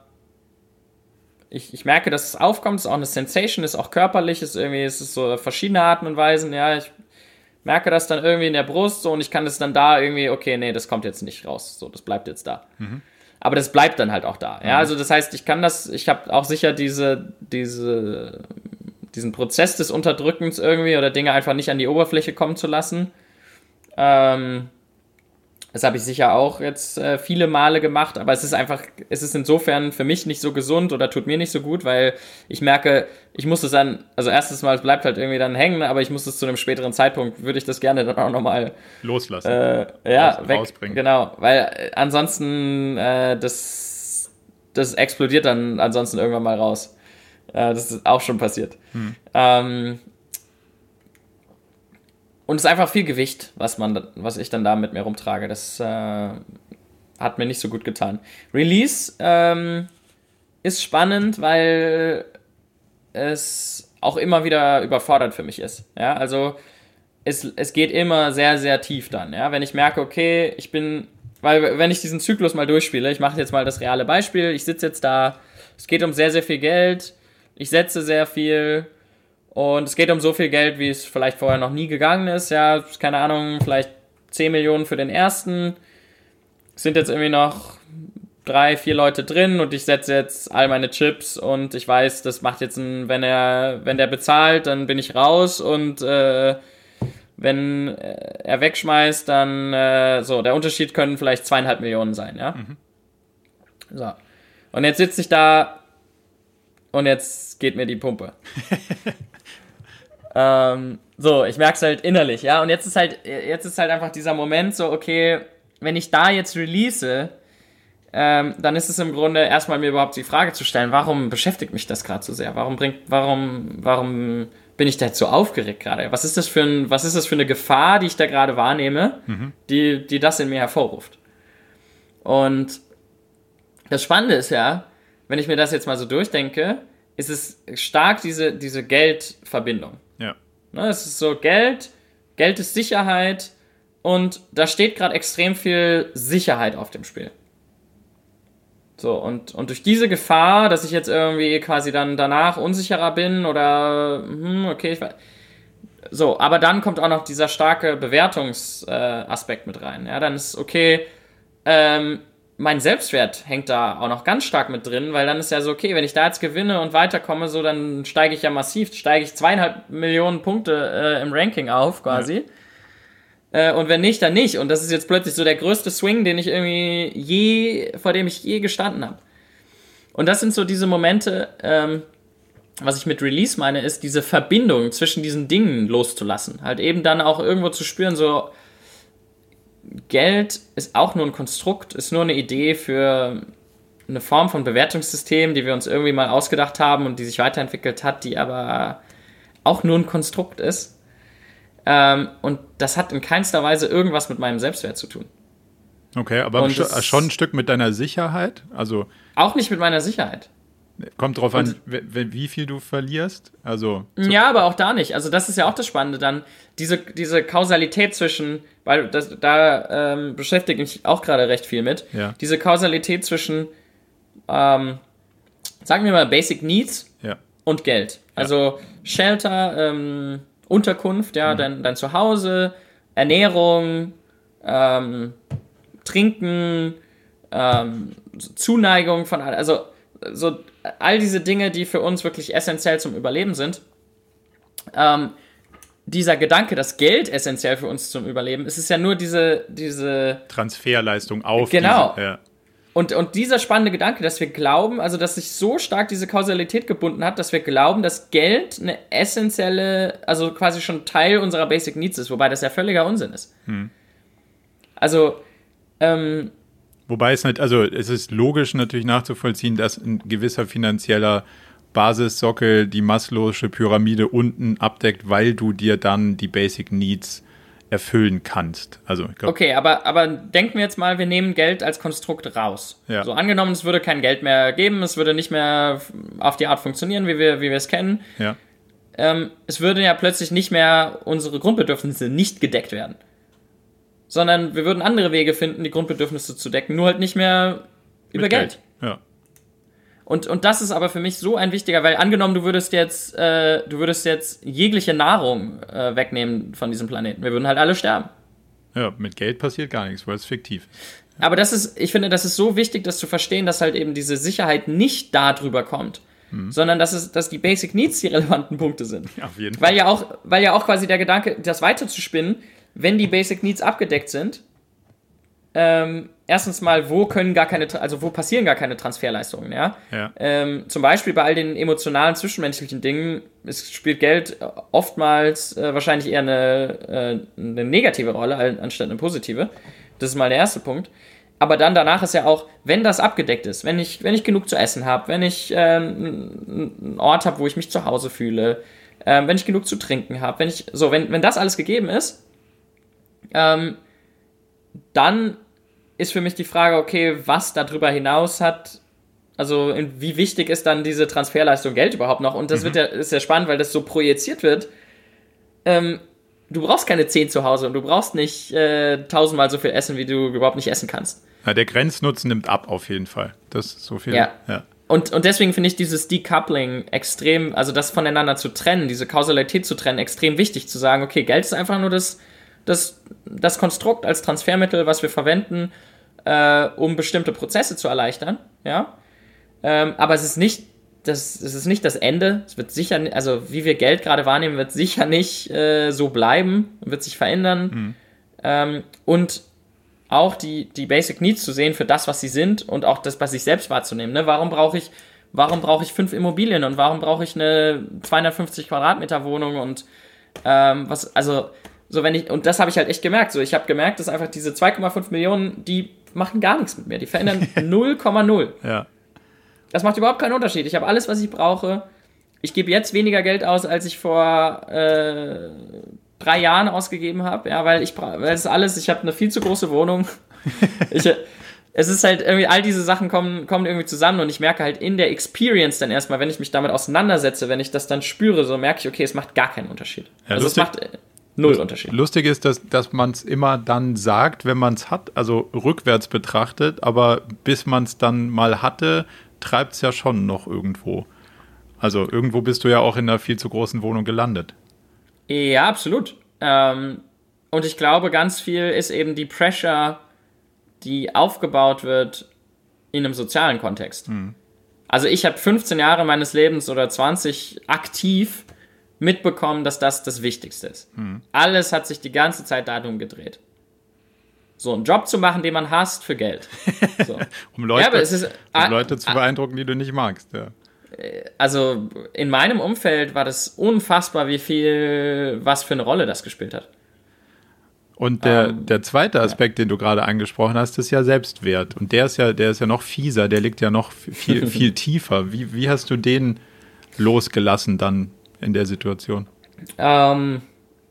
Ich, ich merke, dass es aufkommt, es ist auch eine Sensation, ist auch körperlich, ist irgendwie, es ist so verschiedene Arten und Weisen, ja, ich merke das dann irgendwie in der Brust so und ich kann das dann da irgendwie, okay, nee, das kommt jetzt nicht raus, so, das bleibt jetzt da. Mhm. Aber das bleibt dann halt auch da, ja, mhm. also das heißt, ich kann das, ich habe auch sicher diese, diese, diesen Prozess des Unterdrückens irgendwie oder Dinge einfach nicht an die Oberfläche kommen zu lassen, ähm, das habe ich sicher auch jetzt äh, viele Male gemacht, aber es ist einfach, es ist insofern für mich nicht so gesund oder tut mir nicht so gut, weil ich merke, ich muss es dann, also erstens mal, es bleibt halt irgendwie dann hängen, aber ich muss es zu einem späteren Zeitpunkt, würde ich das gerne dann auch nochmal loslassen. Äh, ja, Raus, weg, rausbringen. Genau, weil äh, ansonsten äh, das, das explodiert dann ansonsten irgendwann mal raus. Äh, das ist auch schon passiert. Hm. Ähm, Und es ist einfach viel Gewicht, was man, was ich dann da mit mir rumtrage. Das äh, hat mir nicht so gut getan. Release ähm, ist spannend, weil es auch immer wieder überfordert für mich ist. Ja, also es, es geht immer sehr, sehr tief dann. Ja, wenn ich merke, okay, ich bin, weil wenn ich diesen Zyklus mal durchspiele, ich mache jetzt mal das reale Beispiel, ich sitze jetzt da, Es geht um sehr, sehr viel Geld. Ich setze sehr viel. Und es geht um so viel Geld, wie es vielleicht vorher noch nie gegangen ist. Ja, keine Ahnung, vielleicht zehn Millionen für den ersten. Es sind jetzt irgendwie noch drei, vier Leute drin und ich setze jetzt all meine Chips und ich weiß, das macht jetzt ein, wenn er, wenn der bezahlt, dann bin ich raus und äh, wenn er wegschmeißt, dann äh, so, der Unterschied können vielleicht zweieinhalb Millionen sein, ja. Mhm. So. Und jetzt sitze ich da und jetzt geht mir die Pumpe. ähm, so, ich merke es halt innerlich, ja. Und jetzt ist halt, jetzt ist halt einfach dieser Moment so, okay, wenn ich da jetzt release, ähm, dann ist es im Grunde erstmal mir überhaupt die Frage zu stellen, warum beschäftigt mich das gerade so sehr? Warum bringt, warum, warum bin ich da jetzt so aufgeregt gerade? Was ist das für ein, was ist das für eine Gefahr, die ich da gerade wahrnehme, mhm. die, die das in mir hervorruft? Und das Spannende ist ja, wenn ich mir das jetzt mal so durchdenke, ist es stark diese, diese Geldverbindung. Ja. Ne, es ist so Geld, Geld ist Sicherheit und da steht gerade extrem viel Sicherheit auf dem Spiel. So, und, und durch diese Gefahr, dass ich jetzt irgendwie quasi dann danach unsicherer bin oder, hm, okay, ich weiß. So, aber dann kommt auch noch dieser starke Bewertungsaspekt äh, mit rein. Ja, dann ist okay, ähm, mein Selbstwert hängt da auch noch ganz stark mit drin, weil dann ist ja so, okay, wenn ich da jetzt gewinne und weiterkomme, so, dann steige ich ja massiv, steige ich zweieinhalb Millionen Punkte äh, im Ranking auf, quasi. Ja. Und wenn nicht, dann nicht. Und das ist jetzt plötzlich so der größte Swing, den ich irgendwie je, vor dem ich je gestanden habe. Und das sind so diese Momente, ähm, was ich mit Release meine, ist diese Verbindung zwischen diesen Dingen loszulassen. Halt eben dann auch irgendwo zu spüren, so Geld ist auch nur ein Konstrukt, ist nur eine Idee für eine Form von Bewertungssystem, die wir uns irgendwie mal ausgedacht haben und die sich weiterentwickelt hat, die aber auch nur ein Konstrukt ist. Ähm, und das hat in keinster Weise irgendwas mit meinem Selbstwert zu tun. Okay, aber sch- schon ein Stück mit deiner Sicherheit? Also auch nicht mit meiner Sicherheit. Kommt drauf an, w- wie viel du verlierst? Also ja, aber auch da nicht. Also das ist ja auch das Spannende dann. Diese, diese Kausalität zwischen, weil das, da ähm, beschäftige ich mich auch gerade recht viel mit. Ja. Diese Kausalität zwischen, ähm, sagen wir mal, Basic Needs ja. und Geld. Also ja. Shelter, ähm, Unterkunft, ja, mhm. dein, dein Zuhause, Ernährung, ähm, Trinken, ähm, Zuneigung von, also so all diese Dinge, die für uns wirklich essentiell zum Überleben sind. Ähm, dieser Gedanke, dass Geld essentiell für uns zum Überleben ist, ist ja nur diese, diese Transferleistung auf. Genau. Diese, ja. Und, und dieser spannende Gedanke, dass wir glauben, also dass sich so stark diese Kausalität gebunden hat, dass wir glauben, dass Geld eine essentielle, also quasi schon Teil unserer Basic Needs ist, wobei das ja völliger Unsinn ist. Hm. Also, ähm, wobei es nicht, also es ist logisch natürlich nachzuvollziehen, dass ein gewisser finanzieller Basissockel die Maslow'sche Pyramide unten abdeckt, weil du dir dann die Basic Needs erfüllen kannst. Also, ich glaub, okay, aber, aber denken wir jetzt mal, wir nehmen Geld als Konstrukt raus. Ja. So angenommen, es würde kein Geld mehr geben, es würde nicht mehr auf die Art funktionieren, wie wir, wie wir es kennen. Ja. Ähm, es würde ja plötzlich nicht mehr unsere Grundbedürfnisse nicht gedeckt werden. Sondern wir würden andere Wege finden, die Grundbedürfnisse zu decken, nur halt nicht mehr über Geld. Geld. Ja. Und, und das ist aber für mich so ein wichtiger, weil angenommen, du würdest jetzt, äh, du würdest jetzt jegliche Nahrung äh, wegnehmen von diesem Planeten. Wir würden halt alle sterben. Ja, mit Geld passiert gar nichts, weil es fiktiv ist. Ja. Aber das ist, ich finde, das ist so wichtig, das zu verstehen, dass halt eben diese Sicherheit nicht darüber kommt, mhm. sondern dass es, dass die Basic Needs die relevanten Punkte sind. Ja, auf jeden Fall. Weil ja auch, weil ja auch quasi der Gedanke, das weiterzuspinnen, wenn die Basic Needs abgedeckt sind, ähm, erstens mal, wo können gar keine, also wo passieren gar keine Transferleistungen, ja? Ja. Ähm, zum Beispiel bei all den emotionalen, zwischenmenschlichen Dingen, es spielt Geld oftmals äh, wahrscheinlich eher eine, äh, eine negative Rolle anstatt eine positive. Das ist mal der erste Punkt. Aber dann danach ist ja auch, wenn das abgedeckt ist, wenn ich, wenn ich genug zu essen habe, wenn ich äh, einen Ort habe, wo ich mich zu Hause fühle, äh, wenn ich genug zu trinken habe, wenn ich, so, wenn, wenn das alles gegeben ist, ähm, dann ist für mich die Frage, okay, was darüber hinaus hat, also wie wichtig ist dann diese Transferleistung Geld überhaupt noch? Und das mhm. wird ja, ist ja spannend, weil das so projiziert wird. Ähm, du brauchst keine zehn zu Hause und du brauchst nicht äh, tausendmal so viel essen, wie du überhaupt nicht essen kannst. Ja, der Grenznutzen nimmt ab auf jeden Fall. Das ist so viel. Ja. ja. und, und deswegen finde ich dieses Decoupling extrem, also das voneinander zu trennen, diese Kausalität zu trennen, extrem wichtig, zu sagen, okay, Geld ist einfach nur das, das, das Konstrukt als Transfermittel, was wir verwenden, äh, um bestimmte Prozesse zu erleichtern, ja, ähm, aber es ist nicht das, es ist nicht das Ende, es wird sicher, also wie wir Geld gerade wahrnehmen, wird sicher nicht äh, so bleiben, wird sich verändern, mhm. ähm, und auch die, die Basic Needs zu sehen für das, was sie sind und auch das bei sich selbst wahrzunehmen, ne? Warum brauche ich, warum brauche ich fünf Immobilien und warum brauche ich eine zweihundertfünfzig Quadratmeter Wohnung und ähm, was, also so wenn ich, und das habe ich halt echt gemerkt, so ich habe gemerkt, dass einfach diese zwei Komma fünf Millionen, die machen gar nichts mit mir, die verändern null Komma null. Ja. Das macht überhaupt keinen Unterschied. Ich habe alles, was ich brauche. Ich gebe jetzt weniger Geld aus, als ich vor äh, drei Jahren ausgegeben habe. Ja, weil ich weil das ist alles, ich habe eine viel zu große Wohnung. ich, es ist halt irgendwie, all diese Sachen kommen, kommen irgendwie zusammen und ich merke halt in der Experience dann erstmal, wenn ich mich damit auseinandersetze, wenn ich das dann spüre, so merke ich, okay, es macht gar keinen Unterschied. Ja, also lustig, es macht äh, null Unterschied. Lustig ist, dass, dass man es immer dann sagt, wenn man es hat, also rückwärts betrachtet, aber bis man es dann mal hatte, treibt es ja schon noch irgendwo. Also irgendwo bist du ja auch in einer viel zu großen Wohnung gelandet. Ja, absolut. Ähm, und ich glaube, ganz viel ist eben die Pressure, die aufgebaut wird in einem sozialen Kontext. Mhm. Also ich habe fünfzehn Jahre meines Lebens oder zwanzig aktiv mitbekommen, dass das das Wichtigste ist. Mhm. Alles hat sich die ganze Zeit darum gedreht. So einen Job zu machen, den man hasst, für Geld. So. um Leute, ja, aber es ist, um Leute zu beeindrucken, die du nicht magst. Ja. Also in meinem Umfeld war das unfassbar, wie viel, was für eine Rolle das gespielt hat. Und der, um, der zweite Aspekt, ja. den du gerade angesprochen hast, ist ja Selbstwert. Und der ist ja, der ist ja noch fieser, der liegt ja noch viel, viel tiefer. Wie, wie hast du den losgelassen dann in der Situation? Ähm,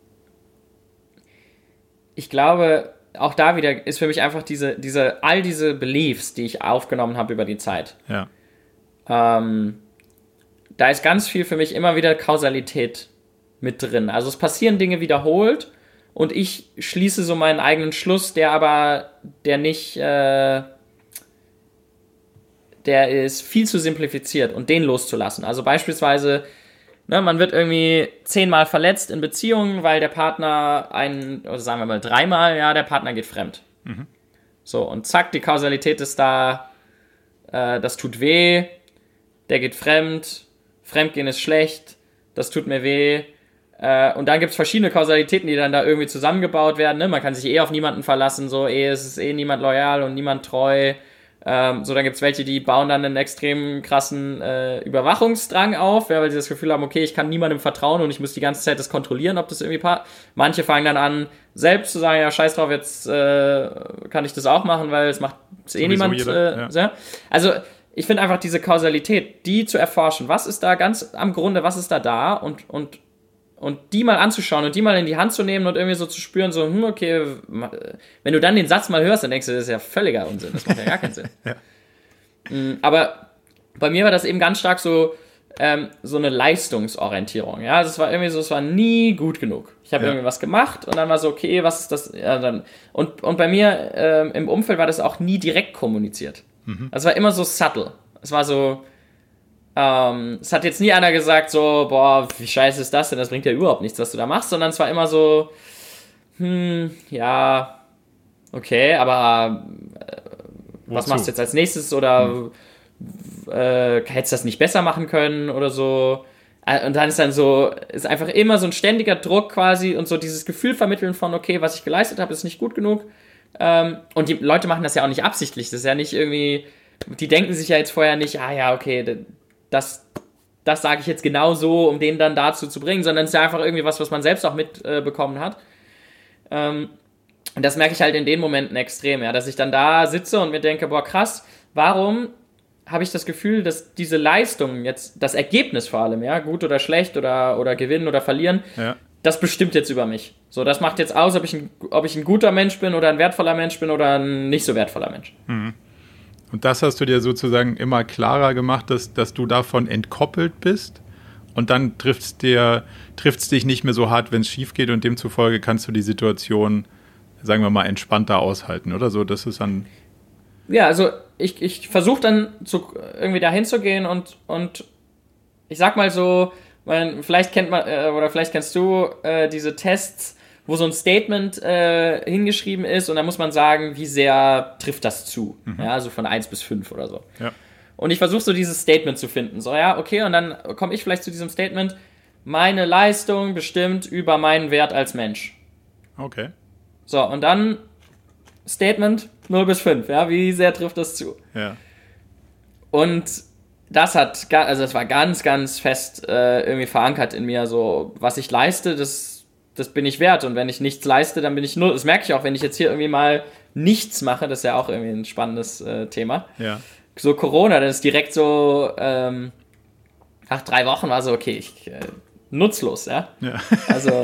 ich glaube, auch da wieder ist für mich einfach diese, diese, all diese Beliefs, die ich aufgenommen habe über die Zeit. Ja. Ähm, da ist ganz viel für mich immer wieder Kausalität mit drin. Also es passieren Dinge wiederholt und ich schließe so meinen eigenen Schluss, der aber, der nicht, äh, der ist viel zu simplifiziert und den loszulassen. Also beispielsweise, ne, man wird irgendwie zehnmal verletzt in Beziehungen, weil der Partner ein, oder sagen wir mal dreimal, ja, der Partner geht fremd. Mhm. So, und zack, die Kausalität ist da, äh, das tut weh, der geht fremd, Fremdgehen ist schlecht, das tut mir weh. Äh, und dann gibt es verschiedene Kausalitäten, die dann da irgendwie zusammengebaut werden. Ne? Man kann sich eh auf niemanden verlassen, so, eh, es ist eh niemand loyal und niemand treu. Ähm, so, dann gibt es welche, die bauen dann einen extrem krassen äh, Überwachungsdrang auf, ja, weil sie das Gefühl haben, okay, ich kann niemandem vertrauen und ich muss die ganze Zeit das kontrollieren, ob das irgendwie passt. Manche fangen dann an, selbst zu sagen, ja, scheiß drauf, jetzt äh, kann ich das auch machen, weil es macht eh Sowieso niemand. Jeder, äh, ja. So. Also, ich finde einfach diese Kausalität, die zu erforschen, was ist da ganz am Grunde, was ist da da und, und, und die mal anzuschauen und die mal in die Hand zu nehmen und irgendwie so zu spüren, so, hm, okay, wenn du dann den Satz mal hörst, dann denkst du, das ist ja völliger Unsinn, das macht ja gar keinen Sinn. Ja. Aber bei mir war das eben ganz stark so, ähm, so eine Leistungsorientierung, ja, also es war irgendwie so, es war nie gut genug. Ich habe ja. irgendwie was gemacht und dann war so, okay, was ist das, ja, dann, und, und bei mir ähm, im Umfeld war das auch nie direkt kommuniziert. Mhm. Es war immer so subtle. Es war so, ähm, es hat jetzt nie einer gesagt so, boah, wie scheiße ist das denn, das bringt ja überhaupt nichts, was du da machst, sondern es war immer so, hm, ja, okay, aber äh, was machst du jetzt als nächstes oder mhm. äh, hättest du das nicht besser machen können oder so. Und dann ist dann so, ist einfach immer so ein ständiger Druck quasi und so dieses Gefühl vermitteln von, okay, was ich geleistet habe, ist nicht gut genug. Ähm, und die Leute machen das ja auch nicht absichtlich. Das ist ja nicht irgendwie, die denken sich ja jetzt vorher nicht, ah ja, okay, das, das sage ich jetzt genau so, um den dann dazu zu bringen, sondern es ist ja einfach irgendwie was, was man selbst auch mitbekommen äh, hat. Ähm, und das merke ich halt in den Momenten extrem, ja, dass ich dann da sitze und mir denke, boah, krass, warum habe ich das Gefühl, dass diese Leistung jetzt, das Ergebnis vor allem, ja, gut oder schlecht oder, oder gewinnen oder verlieren, ja. das bestimmt jetzt über mich. So, das macht jetzt aus, ob ich, ein, ob ich ein guter Mensch bin oder ein wertvoller Mensch bin oder ein nicht so wertvoller Mensch. Mhm. Und das hast du dir sozusagen immer klarer gemacht, dass, dass du davon entkoppelt bist und dann trifft es dir, trifft's dich nicht mehr so hart, wenn es schief geht und demzufolge kannst du die Situation, sagen wir mal, entspannter aushalten, oder so? Das ist dann... Ja, also ich, ich versuche dann zu, irgendwie da hinzugehen und, und ich sag mal so, man, vielleicht kennt man, äh, oder vielleicht kennst du äh, diese Tests, wo so ein Statement äh, hingeschrieben ist und dann muss man sagen, wie sehr trifft das zu. Mhm. Ja, also von eins bis fünf oder so. Ja. Und ich versuche so dieses Statement zu finden. So, ja, okay, und dann komme ich vielleicht zu diesem Statement, meine Leistung bestimmt über meinen Wert als Mensch. Okay. So, und dann Statement null bis fünf, ja, wie sehr trifft das zu? Ja. Und das hat, also das war ganz, ganz fest äh, irgendwie verankert in mir, so, was ich leiste, das, das bin ich wert. Und wenn ich nichts leiste, dann bin ich null. Das merke ich auch, wenn ich jetzt hier irgendwie mal nichts mache, das ist ja auch irgendwie ein spannendes äh, Thema. Ja. So Corona, dann ist direkt so, ähm, nach drei Wochen war so, okay, ich, äh, nutzlos, ja. Ja. Also,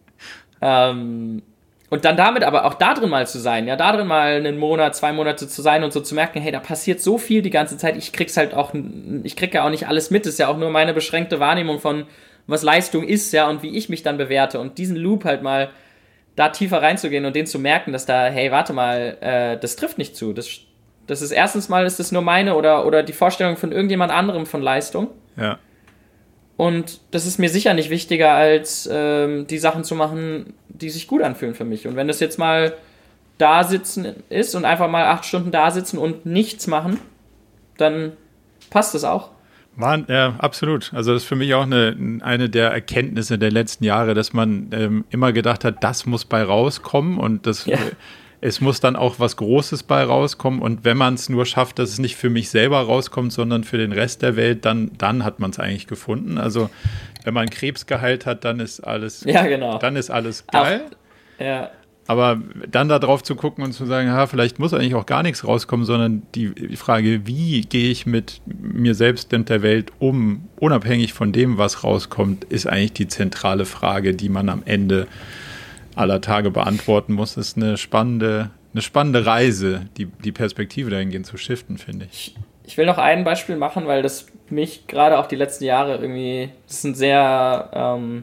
ähm, und dann damit aber auch da drin mal zu sein, ja, da drin mal einen Monat, zwei Monate zu sein und so zu merken, hey, da passiert so viel die ganze Zeit, ich krieg's halt auch, ich krieg ja auch nicht alles mit, das ist ja auch nur meine beschränkte Wahrnehmung von, was Leistung ist, ja, und wie ich mich dann bewerte und diesen Loop halt mal da tiefer reinzugehen und den zu merken, dass da, hey, warte mal, äh, das trifft nicht zu, das, das ist erstens mal, ist das nur meine oder, oder die Vorstellung von irgendjemand anderem von Leistung. Ja. Und das ist mir sicher nicht wichtiger, als ähm, die Sachen zu machen, die sich gut anfühlen für mich. Und wenn das jetzt mal da sitzen ist und einfach mal acht Stunden da sitzen und nichts machen, dann passt das auch. War, ja, absolut. Also das ist für mich auch eine, eine der Erkenntnisse der letzten Jahre, dass man ähm, immer gedacht hat, das muss bei rauskommen und das, ja. äh, es muss dann auch was Großes bei rauskommen. Und wenn man es nur schafft, dass es nicht für mich selber rauskommt, sondern für den Rest der Welt, dann, dann hat man es eigentlich gefunden. Also wenn man Krebs geheilt hat, dann ist alles, ja, genau. dann ist alles geil. Auch, ja. Aber dann da drauf zu gucken und zu sagen, ja, vielleicht muss eigentlich auch gar nichts rauskommen, sondern die, die Frage, wie gehe ich mit mir selbst und der Welt um, unabhängig von dem, was rauskommt, ist eigentlich die zentrale Frage, die man am Ende aller Tage beantworten muss. Das ist eine spannende, eine spannende Reise, die, die Perspektive dahingehend zu shiften, finde ich. Ich will noch ein Beispiel machen, weil das mich gerade auch die letzten Jahre irgendwie, das ist ein sehr, ähm,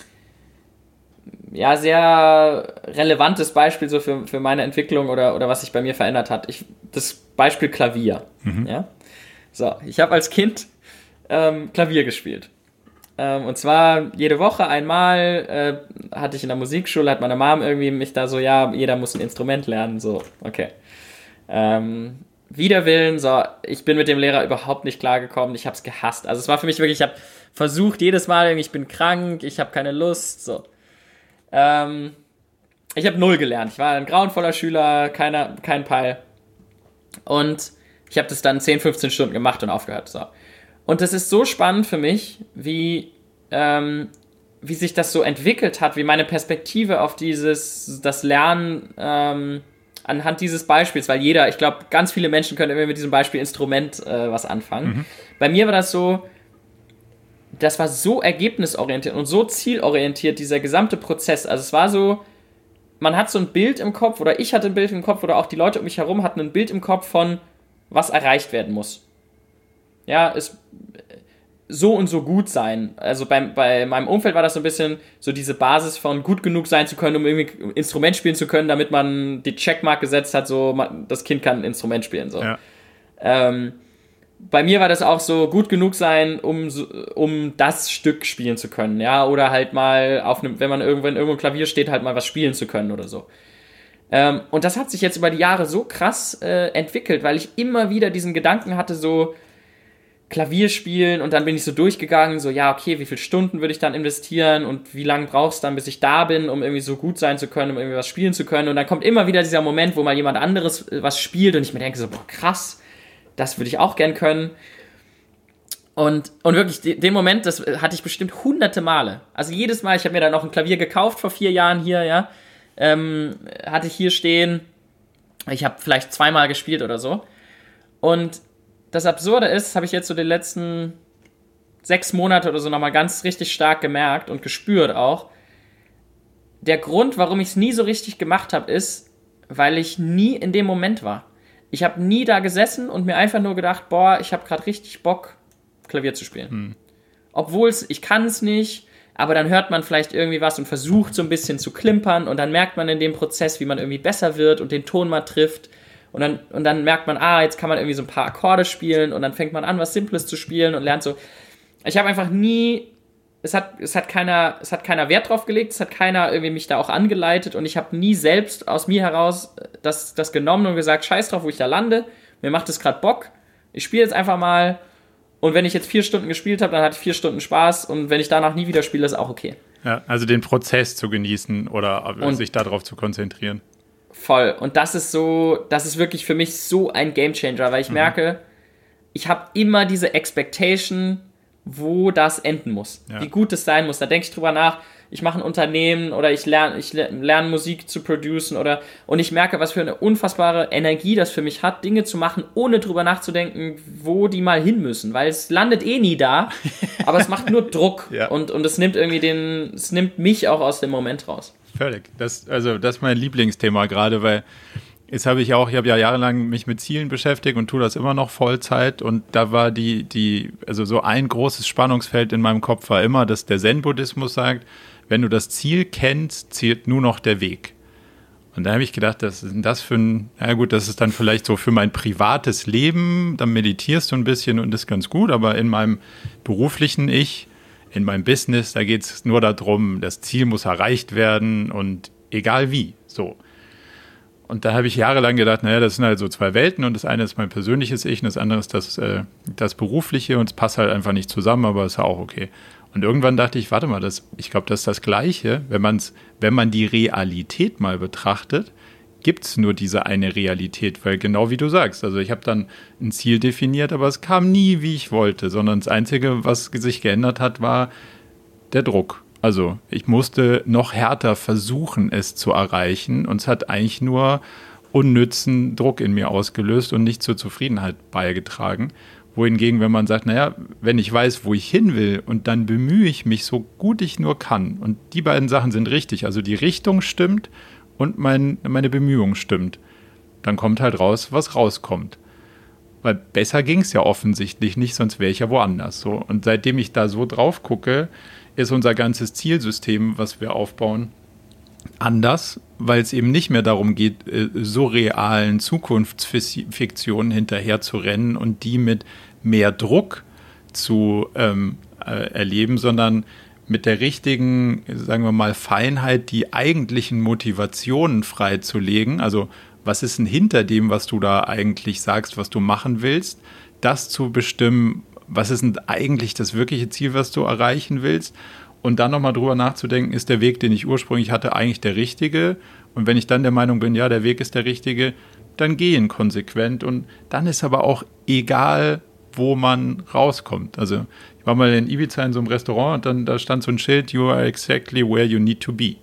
ja, sehr relevantes Beispiel so für, für meine Entwicklung oder, oder was sich bei mir verändert hat. Ich, das Beispiel Klavier. Mhm. Ja? So, ich habe als Kind ähm, Klavier gespielt. Ähm, und zwar jede Woche einmal äh, hatte ich in der Musikschule, hat meine Mom irgendwie mich da so, ja, jeder muss ein Instrument lernen, so, okay. Ähm, wider Willen, so, ich bin mit dem Lehrer überhaupt nicht klargekommen, ich habe es gehasst. Also es war für mich wirklich, ich habe versucht jedes Mal, ich bin krank, ich habe keine Lust, so. Ähm, ich habe null gelernt, ich war ein grauenvoller Schüler, keiner, kein Peil. Und ich habe das dann zehn, fünfzehn Stunden gemacht und aufgehört, so. Und das ist so spannend für mich, wie, ähm, wie sich das so entwickelt hat, wie meine Perspektive auf dieses, das Lernen ähm, anhand dieses Beispiels, weil jeder, ich glaube, ganz viele Menschen können immer mit diesem Beispiel Instrument äh, was anfangen. Mhm. Bei mir war das so, das war so ergebnisorientiert und so zielorientiert, dieser gesamte Prozess. Also es war so, man hat so ein Bild im Kopf, oder ich hatte ein Bild im Kopf, oder auch die Leute um mich herum hatten ein Bild im Kopf von, was erreicht werden muss. Ja, es so und so gut sein. Also beim, bei meinem Umfeld war das so ein bisschen so diese Basis von gut genug sein zu können, um irgendwie ein Instrument spielen zu können, damit man die Checkmark gesetzt hat, so man, das Kind kann ein Instrument spielen. So. Ja. Ähm, bei mir war das auch so gut genug sein, um, um das Stück spielen zu können. Ja, oder halt mal, auf einem, wenn man irgendwo in irgendwo ein Klavier steht, halt mal was spielen zu können oder so. Ähm, und das hat sich jetzt über die Jahre so krass äh, entwickelt, weil ich immer wieder diesen Gedanken hatte, so Klavier spielen, und dann bin ich so durchgegangen, so ja, okay, wie viele Stunden würde ich dann investieren und wie lange brauchst du dann, bis ich da bin, um irgendwie so gut sein zu können, um irgendwie was spielen zu können, und dann kommt immer wieder dieser Moment, wo mal jemand anderes was spielt und ich mir denke so, boah, krass, das würde ich auch gern können. Und, und wirklich, den Moment, das hatte ich bestimmt hunderte Male. Also jedes Mal, ich habe mir dann noch ein Klavier gekauft vor vier Jahren hier, ja, ähm, hatte ich hier stehen, ich habe vielleicht zweimal gespielt oder so, und das Absurde ist, habe ich jetzt so die letzten sechs Monate oder so nochmal ganz richtig stark gemerkt und gespürt auch. Der Grund, warum ich es nie so richtig gemacht habe, ist, weil ich nie in dem Moment war. Ich habe nie da gesessen und mir einfach nur gedacht, boah, ich habe gerade richtig Bock, Klavier zu spielen. Hm. Obwohl es, ich kann es nicht, aber dann hört man vielleicht irgendwie was und versucht so ein bisschen zu klimpern und dann merkt man in dem Prozess, wie man irgendwie besser wird und den Ton mal trifft. Und dann, und dann merkt man, ah, jetzt kann man irgendwie so ein paar Akkorde spielen und dann fängt man an, was Simples zu spielen und lernt so. Ich habe einfach nie, es hat, es hat keiner, es hat keiner Wert drauf gelegt, es hat keiner irgendwie mich da auch angeleitet und ich habe nie selbst aus mir heraus das, das genommen und gesagt, scheiß drauf, wo ich da lande, mir macht es gerade Bock, ich spiele jetzt einfach mal und wenn ich jetzt vier Stunden gespielt habe, dann hatte ich vier Stunden Spaß und wenn ich danach nie wieder spiele, ist auch okay. Ja, also den Prozess zu genießen oder und sich darauf zu konzentrieren. Voll. Und das ist so, das ist wirklich für mich so ein Gamechanger, weil ich mhm. merke, ich habe immer diese Expectation, wo das enden muss, ja. wie gut es sein muss. Da denke ich drüber nach, ich mache ein Unternehmen oder ich lerne ich lerne Musik zu producen oder und ich merke, was für eine unfassbare Energie das für mich hat, Dinge zu machen, ohne drüber nachzudenken, wo die mal hin müssen, weil es landet eh nie da, aber es macht nur Druck ja. und, und es nimmt irgendwie den, es nimmt mich auch aus dem Moment raus. Völlig. Das, also das ist mein Lieblingsthema gerade, weil jetzt habe ich auch, ich habe ja jahrelang mich mit Zielen beschäftigt und tue das immer noch Vollzeit und da war die, die, also so ein großes Spannungsfeld in meinem Kopf war immer, dass der Zen-Buddhismus sagt, wenn du das Ziel kennst, zählt nur noch der Weg. Und da habe ich gedacht, das ist das für ein, na gut, das ist dann vielleicht so für mein privates Leben, dann meditierst du ein bisschen und ist ganz gut, aber in meinem beruflichen Ich, in meinem Business, da geht es nur darum, das Ziel muss erreicht werden und egal wie, so. Und da habe ich jahrelang gedacht, naja, das sind halt so zwei Welten und das eine ist mein persönliches Ich und das andere ist das, äh, das berufliche und es passt halt einfach nicht zusammen, aber ist ja auch okay. Und irgendwann dachte ich, warte mal, das, ich glaube, das ist das Gleiche, wenn man's, wenn man die Realität mal betrachtet, gibt es nur diese eine Realität, weil genau wie du sagst, also ich habe dann ein Ziel definiert, aber es kam nie, wie ich wollte, sondern das Einzige, was sich geändert hat, war der Druck. Also ich musste noch härter versuchen, es zu erreichen und es hat eigentlich nur unnützen Druck in mir ausgelöst und nicht zur Zufriedenheit beigetragen. Wohingegen, wenn man sagt, naja, wenn ich weiß, wo ich hin will und dann bemühe ich mich so gut ich nur kann und die beiden Sachen sind richtig, also die Richtung stimmt und mein, meine Bemühung stimmt, dann kommt halt raus, was rauskommt. Weil besser ging es ja offensichtlich nicht, sonst wäre ich ja woanders. So. Und seitdem ich da so drauf gucke, ist unser ganzes Zielsystem, was wir aufbauen, anders, weil es eben nicht mehr darum geht, so realen Zukunftsfiktionen hinterher zu rennen und die mit mehr Druck zu ähm, äh, erleben, sondern mit der richtigen, sagen wir mal, Feinheit, die eigentlichen Motivationen freizulegen. Also was ist denn hinter dem, was du da eigentlich sagst, was du machen willst, das zu bestimmen, was ist denn eigentlich das wirkliche Ziel, was du erreichen willst? Und dann nochmal drüber nachzudenken, ist der Weg, den ich ursprünglich hatte, eigentlich der richtige? Und wenn ich dann der Meinung bin, ja, der Weg ist der richtige, dann gehen konsequent. Und dann ist aber auch egal, wo man rauskommt. Also ich war mal in Ibiza in so einem Restaurant und dann da stand so ein Schild, you are exactly where you need to be.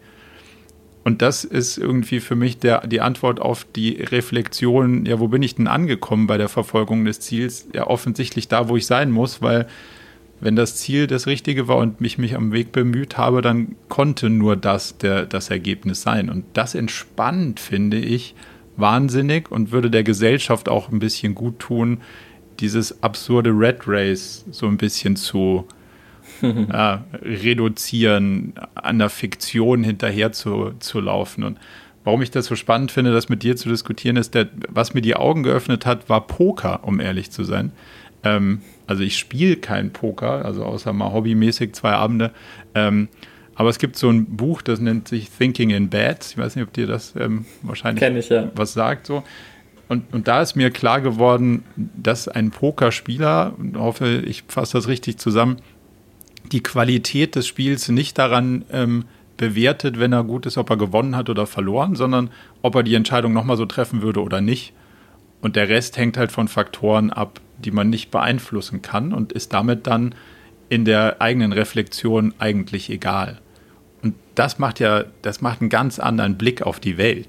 Und das ist irgendwie für mich der, die Antwort auf die Reflexion, ja, wo bin ich denn angekommen bei der Verfolgung des Ziels? Ja, offensichtlich da, wo ich sein muss, weil wenn das Ziel das Richtige war und mich, mich am Weg bemüht habe, dann konnte nur das der, das Ergebnis sein. Und das entspannt, finde ich, wahnsinnig und würde der Gesellschaft auch ein bisschen gut tun, dieses absurde Rat Race so ein bisschen zu äh, reduzieren, an der Fiktion hinterher zu, zu laufen. Und warum ich das so spannend finde, das mit dir zu diskutieren, ist, der, was mir die Augen geöffnet hat, war Poker, um ehrlich zu sein. Ähm, also ich spiele kein Poker, also außer mal hobbymäßig zwei Abende. Ähm, aber es gibt so ein Buch, das nennt sich Thinking in Beds. Ich weiß nicht, ob dir das ähm, wahrscheinlich Kenn ich, ja. was sagt. So. Und, und da ist mir klar geworden, dass ein Pokerspieler, und hoffe, ich fasse das richtig zusammen, die Qualität des Spiels nicht daran ähm, bewertet, wenn er gut ist, ob er gewonnen hat oder verloren, sondern ob er die Entscheidung nochmal so treffen würde oder nicht. Und der Rest hängt halt von Faktoren ab, die man nicht beeinflussen kann und ist damit dann in der eigenen Reflexion eigentlich egal. Und das macht ja, das macht einen ganz anderen Blick auf die Welt.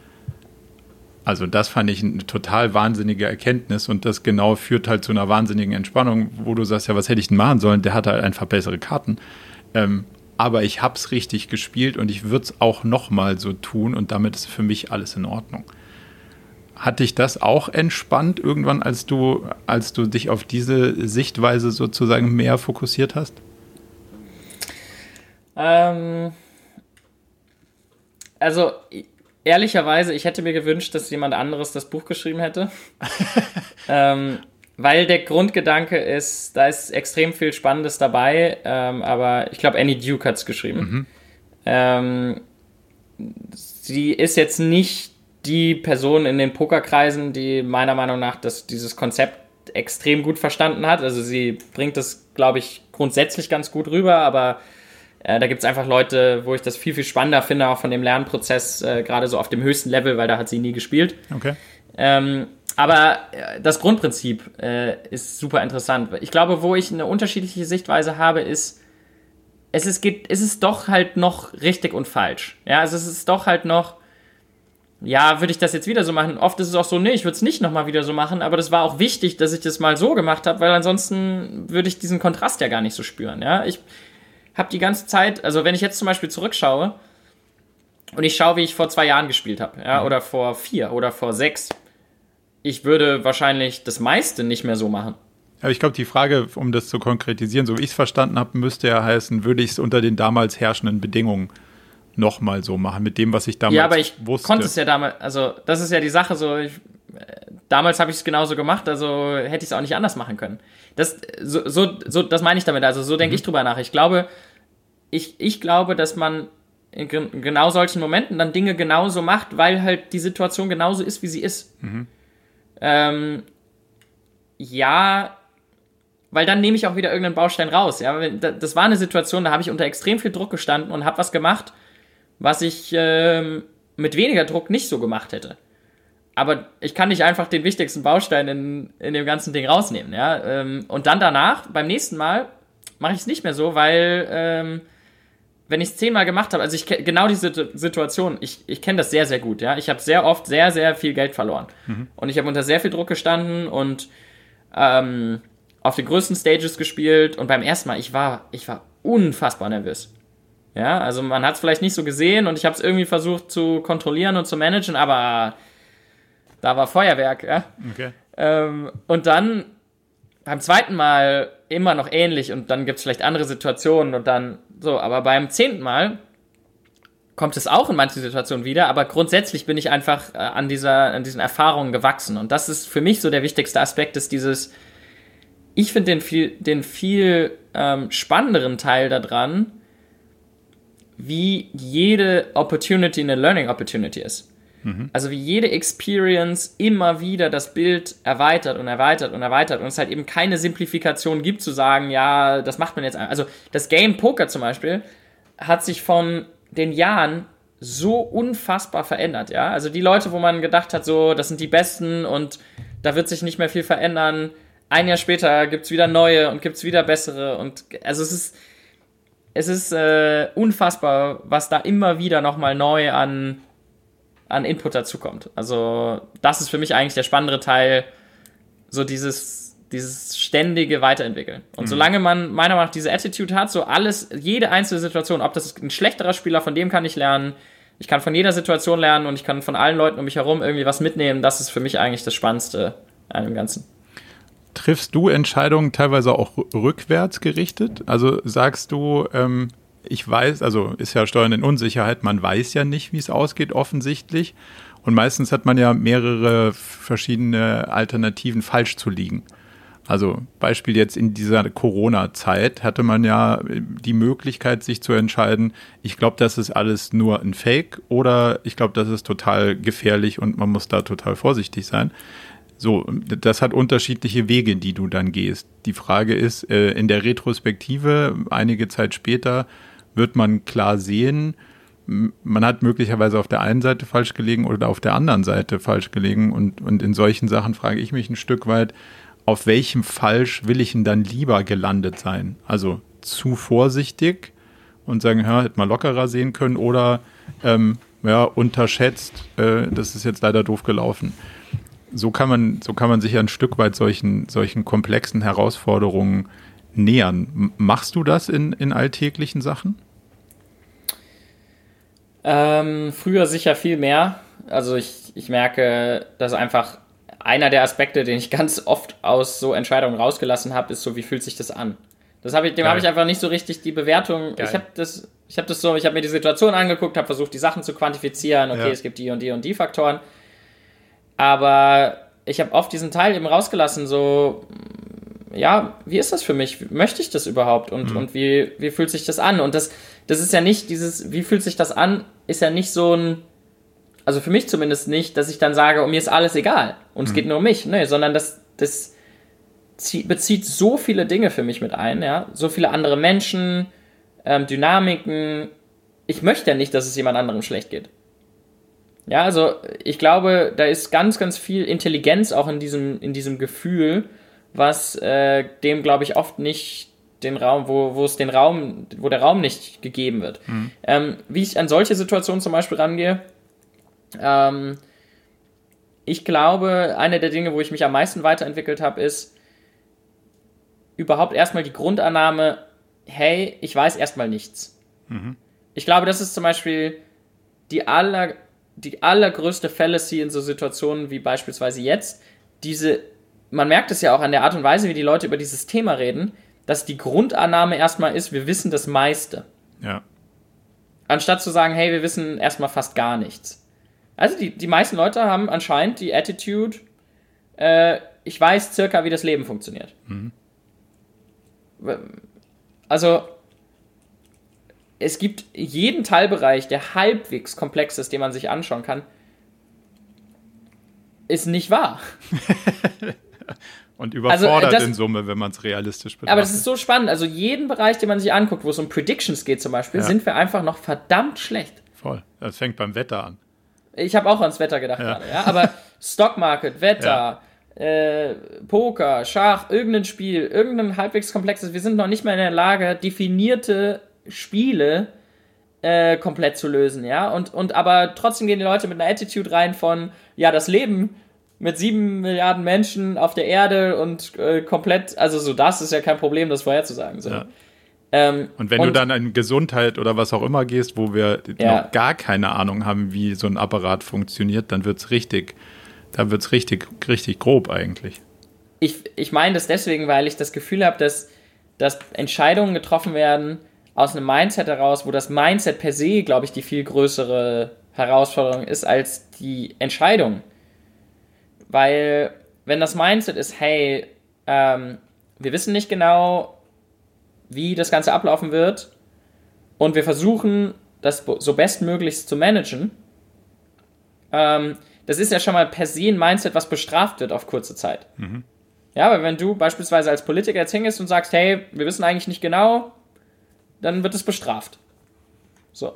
Also das fand ich eine total wahnsinnige Erkenntnis und das genau führt halt zu einer wahnsinnigen Entspannung, wo du sagst, ja, was hätte ich denn machen sollen? Der hatte halt einfach bessere Karten. Ähm, aber ich hab's richtig gespielt und ich würde es auch nochmal so tun und damit ist für mich alles in Ordnung. Hat dich das auch entspannt irgendwann, als du, als du dich auf diese Sichtweise sozusagen mehr fokussiert hast? Ähm, also ehrlicherweise, ich hätte mir gewünscht, dass jemand anderes das Buch geschrieben hätte. ähm, weil der Grundgedanke ist, da ist extrem viel Spannendes dabei, ähm, aber ich glaube, Annie Duke hat es geschrieben. Mhm. Ähm, sie ist jetzt nicht die Person in den Pokerkreisen, die meiner Meinung nach das, dieses Konzept extrem gut verstanden hat. Also sie bringt das, glaube ich, grundsätzlich ganz gut rüber, aber äh, da gibt es einfach Leute, wo ich das viel, viel spannender finde, auch von dem Lernprozess, äh, gerade so auf dem höchsten Level, weil da hat sie nie gespielt. Okay. Ähm, aber das Grundprinzip äh, ist super interessant. Ich glaube, wo ich eine unterschiedliche Sichtweise habe, ist, es ist, geht, es ist doch halt noch richtig und falsch. Ja, also es ist doch halt noch, ja, würde ich das jetzt wieder so machen? Oft ist es auch so, nee, ich würde es nicht nochmal wieder so machen, aber das war auch wichtig, dass ich das mal so gemacht habe, weil ansonsten würde ich diesen Kontrast ja gar nicht so spüren. Ja, ich habe die ganze Zeit, also wenn ich jetzt zum Beispiel zurückschaue und ich schaue, wie ich vor zwei Jahren gespielt habe, ja, oder vor vier oder vor sechs, ich würde wahrscheinlich das meiste nicht mehr so machen. Aber ich glaube, die Frage, um das zu konkretisieren, so wie ich es verstanden habe, müsste ja heißen, würde ich es unter den damals herrschenden Bedingungen nochmal so machen, mit dem, was ich damals wusste. Ja, aber ich wusste. konnte es ja damals, also das ist ja die Sache, so ich, damals habe ich es genauso gemacht, also hätte ich es auch nicht anders machen können. Das, so, so, so, das meine ich damit, also so denke mhm. ich drüber nach. Ich glaube, ich, ich glaube, dass man in genau solchen Momenten dann Dinge genauso macht, weil halt die Situation genauso ist, wie sie ist. Mhm. Ähm, ja, weil dann nehme ich auch wieder irgendeinen Baustein raus. Ja, das war eine Situation, da habe ich unter extrem viel Druck gestanden und habe was gemacht, was ich ähm, mit weniger Druck nicht so gemacht hätte. Aber ich kann nicht einfach den wichtigsten Baustein in, in dem ganzen Ding rausnehmen. Ja? Ähm, und dann danach, beim nächsten Mal, mache ich es nicht mehr so, weil ähm, wenn ich es zehnmal gemacht habe, also ich genau diese Situation, ich, ich kenne das sehr, sehr gut. Ja? Ich habe sehr oft sehr, sehr viel Geld verloren. Mhm. Und ich habe unter sehr viel Druck gestanden und ähm, auf den größten Stages gespielt. Und beim ersten Mal, ich war, ich war unfassbar nervös. Ja, also man hat es vielleicht nicht so gesehen und ich habe es irgendwie versucht zu kontrollieren und zu managen, aber da war Feuerwerk, ja. Okay. Ähm, und dann beim zweiten Mal immer noch ähnlich und dann gibt es vielleicht andere Situationen und dann so, aber beim zehnten Mal kommt es auch in manchen Situationen wieder, aber grundsätzlich bin ich einfach äh, an dieser, an diesen Erfahrungen gewachsen und das ist für mich so der wichtigste Aspekt, ist dieses, ich finde den viel, den viel ähm, spannenderen Teil daran, wie jede Opportunity eine Learning Opportunity ist. Mhm. Also wie jede Experience immer wieder das Bild erweitert und erweitert und erweitert und es halt eben keine Simplifikation gibt, zu sagen, ja, das macht man jetzt. Also das Game Poker zum Beispiel hat sich von den Jahren so unfassbar verändert, ja. Also die Leute, wo man gedacht hat, so, das sind die Besten und da wird sich nicht mehr viel verändern. Ein Jahr später gibt's wieder neue und gibt's wieder bessere und also es ist Es ist äh, unfassbar, was da immer wieder nochmal neu an, an Input dazukommt. Also das ist für mich eigentlich der spannendere Teil, so dieses, dieses ständige Weiterentwickeln. Und mhm. solange man meiner Meinung nach diese Attitude hat, so alles, jede einzelne Situation, ob das ist ein schlechterer Spieler, von dem kann ich lernen, ich kann von jeder Situation lernen und ich kann von allen Leuten um mich herum irgendwie was mitnehmen, das ist für mich eigentlich das Spannendste an dem Ganzen. Triffst du Entscheidungen teilweise auch rückwärts gerichtet? Also sagst du, ähm, ich weiß, also ist ja Steuern in Unsicherheit, man weiß ja nicht, wie es ausgeht, offensichtlich. Und meistens hat man ja mehrere verschiedene Alternativen falsch zu liegen. Also Beispiel jetzt in dieser Corona-Zeit hatte man ja die Möglichkeit, sich zu entscheiden, ich glaube, das ist alles nur ein Fake oder ich glaube, das ist total gefährlich und man muss da total vorsichtig sein. So, das hat unterschiedliche Wege, die du dann gehst. Die Frage ist, äh, in der Retrospektive, einige Zeit später, wird man klar sehen, man hat möglicherweise auf der einen Seite falsch gelegen oder auf der anderen Seite falsch gelegen. Und, und in solchen Sachen frage ich mich ein Stück weit, auf welchem Falsch will ich denn dann lieber gelandet sein? Also zu vorsichtig und sagen, ja, hätte man lockerer sehen können oder ähm, ja, unterschätzt, äh, das ist jetzt leider doof gelaufen. So kann man, so kann man sich ja ein Stück weit solchen, solchen komplexen Herausforderungen nähern. M- machst du das in, in alltäglichen Sachen? Ähm, früher sicher viel mehr. Also ich, ich merke, dass einfach einer der Aspekte, den ich ganz oft aus so Entscheidungen rausgelassen habe, ist so, wie fühlt sich das an? Das hab ich, dem habe ich einfach nicht so richtig die Bewertung. Geil. Ich habe das, ich habe das so, ich habe mir die Situation angeguckt, habe versucht, die Sachen zu quantifizieren. Okay, ja. Es gibt die und die und die Faktoren. Aber ich habe oft diesen Teil eben rausgelassen, so, ja, wie ist das für mich? Möchte ich das überhaupt? Und, mhm. und wie, wie fühlt sich das an? Und das, das ist ja nicht dieses, wie fühlt sich das an, ist ja nicht so ein, also für mich zumindest nicht, dass ich dann sage, oh, mir ist alles egal und mhm. es geht nur um mich, ne, sondern das, das bezieht so viele Dinge für mich mit ein, ja, so viele andere Menschen, ähm, Dynamiken. Ich möchte ja nicht, dass es jemand anderem schlecht geht. Ja, also ich glaube, da ist ganz, ganz viel Intelligenz auch in diesem, in diesem Gefühl, was äh, dem, glaube ich, oft nicht den Raum, wo, wo es den Raum, wo der Raum nicht gegeben wird. Mhm. Ähm, wie ich an solche Situationen zum Beispiel rangehe, ähm, ich glaube, eine der Dinge, wo ich mich am meisten weiterentwickelt habe, ist überhaupt erstmal die Grundannahme, hey, ich weiß erstmal nichts. Mhm. Ich glaube, das ist zum Beispiel die aller die allergrößte Fallacy in so Situationen wie beispielsweise jetzt, diese, man merkt es ja auch an der Art und Weise, wie die Leute über dieses Thema reden, dass die Grundannahme erstmal ist, wir wissen das meiste. Ja. Anstatt zu sagen, hey, wir wissen erstmal fast gar nichts. Also die, die meisten Leute haben anscheinend die Attitude, äh, ich weiß circa, wie das Leben funktioniert. Mhm. Also es gibt jeden Teilbereich, der halbwegs komplex ist, den man sich anschauen kann, ist nicht wahr. Und überfordert also, das, in Summe, wenn man es realistisch betrachtet. Aber das ist so spannend. Also jeden Bereich, den man sich anguckt, wo es um Predictions geht zum Beispiel, ja. sind wir einfach noch verdammt schlecht. Voll. Das fängt beim Wetter an. Ich habe auch ans Wetter gedacht ja. gerade. Ja? Aber Stockmarket, Wetter, ja. äh, Poker, Schach, irgendein Spiel, irgendein halbwegs komplexes, wir sind noch nicht mal in der Lage, definierte Spiele äh, komplett zu lösen, ja, und, und aber trotzdem gehen die Leute mit einer Attitude rein von, ja, das Leben mit sieben Milliarden Menschen auf der Erde und äh, komplett, also so, das ist ja kein Problem, das vorherzusagen, so. Ja. Ähm, und wenn und, du dann in Gesundheit oder was auch immer gehst, wo wir ja. noch gar keine Ahnung haben, wie so ein Apparat funktioniert, dann wird's richtig, dann wird's richtig, richtig grob eigentlich. Ich, ich meine das deswegen, weil ich das Gefühl habe, dass, dass Entscheidungen getroffen werden, aus einem Mindset heraus, wo das Mindset per se, glaube ich, die viel größere Herausforderung ist als die Entscheidung. Weil, wenn das Mindset ist, hey, ähm, wir wissen nicht genau, wie das Ganze ablaufen wird und wir versuchen, das so bestmöglichst zu managen, ähm, das ist ja schon mal per se ein Mindset, was bestraft wird auf kurze Zeit. Mhm. Ja, aber wenn du beispielsweise als Politiker jetzt hingehst und sagst, hey, wir wissen eigentlich nicht genau, dann wird es bestraft. So.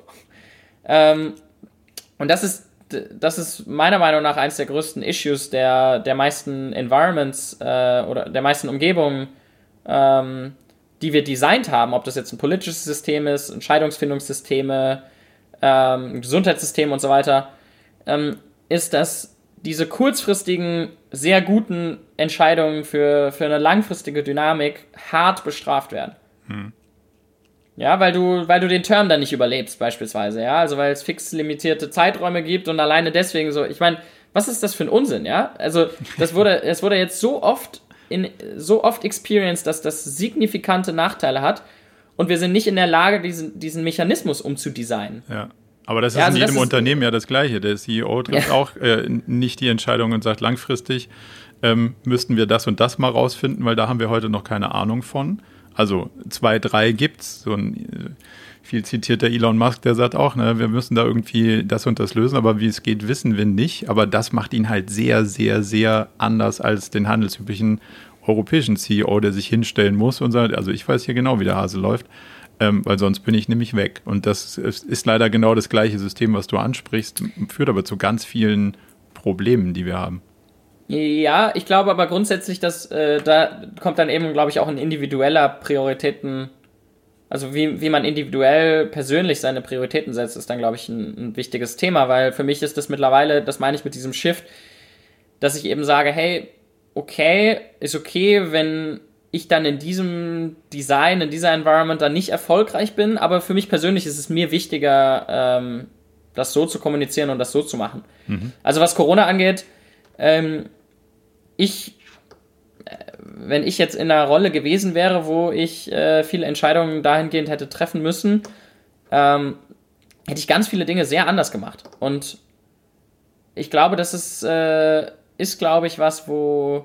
Ähm, und das ist, das ist meiner Meinung nach eines der größten Issues der, der meisten Environments äh, oder der meisten Umgebungen, ähm, die wir designt haben, ob das jetzt ein politisches System ist, Entscheidungsfindungssysteme, ähm, ein Gesundheitssystem und so weiter, ähm, ist, dass diese kurzfristigen, sehr guten Entscheidungen für, für eine langfristige Dynamik hart bestraft werden. Hm. Ja, weil du, weil du den Term dann nicht überlebst, beispielsweise, ja, also weil es fix limitierte Zeiträume gibt und alleine deswegen so, ich meine, was ist das für ein Unsinn, ja? Also, das wurde, es wurde jetzt so oft in, so oft experienced, dass das signifikante Nachteile hat und wir sind nicht in der Lage, diesen, diesen Mechanismus umzudesignen. Ja. Aber das ist ja, also in jedem Unternehmen ja das Gleiche. Der C E O trifft ja. auch äh, nicht die Entscheidung und sagt, langfristig ähm, müssten wir das und das mal rausfinden, weil da haben wir heute noch keine Ahnung von. Also zwei, drei gibt's. So ein äh, viel zitierter Elon Musk, der sagt auch, ne, wir müssen da irgendwie das und das lösen, aber wie es geht, wissen wir nicht. Aber das macht ihn halt sehr, sehr, sehr anders als den handelsüblichen europäischen C E O, der sich hinstellen muss und sagt, also ich weiß hier genau, wie der Hase läuft. Ähm, weil sonst bin ich nämlich weg. Und das ist, ist leider genau das gleiche System, was du ansprichst, führt aber zu ganz vielen Problemen, die wir haben. Ja, ich glaube aber grundsätzlich, dass äh, da kommt dann eben, glaube ich, auch ein individueller Prioritäten, also wie, wie man individuell persönlich seine Prioritäten setzt, ist dann, glaube ich, ein, ein wichtiges Thema, weil für mich ist das mittlerweile, das meine ich mit diesem Shift, dass ich eben sage, hey, okay, ist okay, wenn ich dann in diesem Design, in dieser Environment dann nicht erfolgreich bin, aber für mich persönlich ist es mir wichtiger, ähm, das so zu kommunizieren und das so zu machen. Mhm. Also was Corona angeht, ähm, ich wenn ich jetzt in einer Rolle gewesen wäre, wo ich äh, viele Entscheidungen dahingehend hätte treffen müssen, ähm, hätte ich ganz viele Dinge sehr anders gemacht. Und ich glaube, das ist, äh, ist glaube ich, was, wo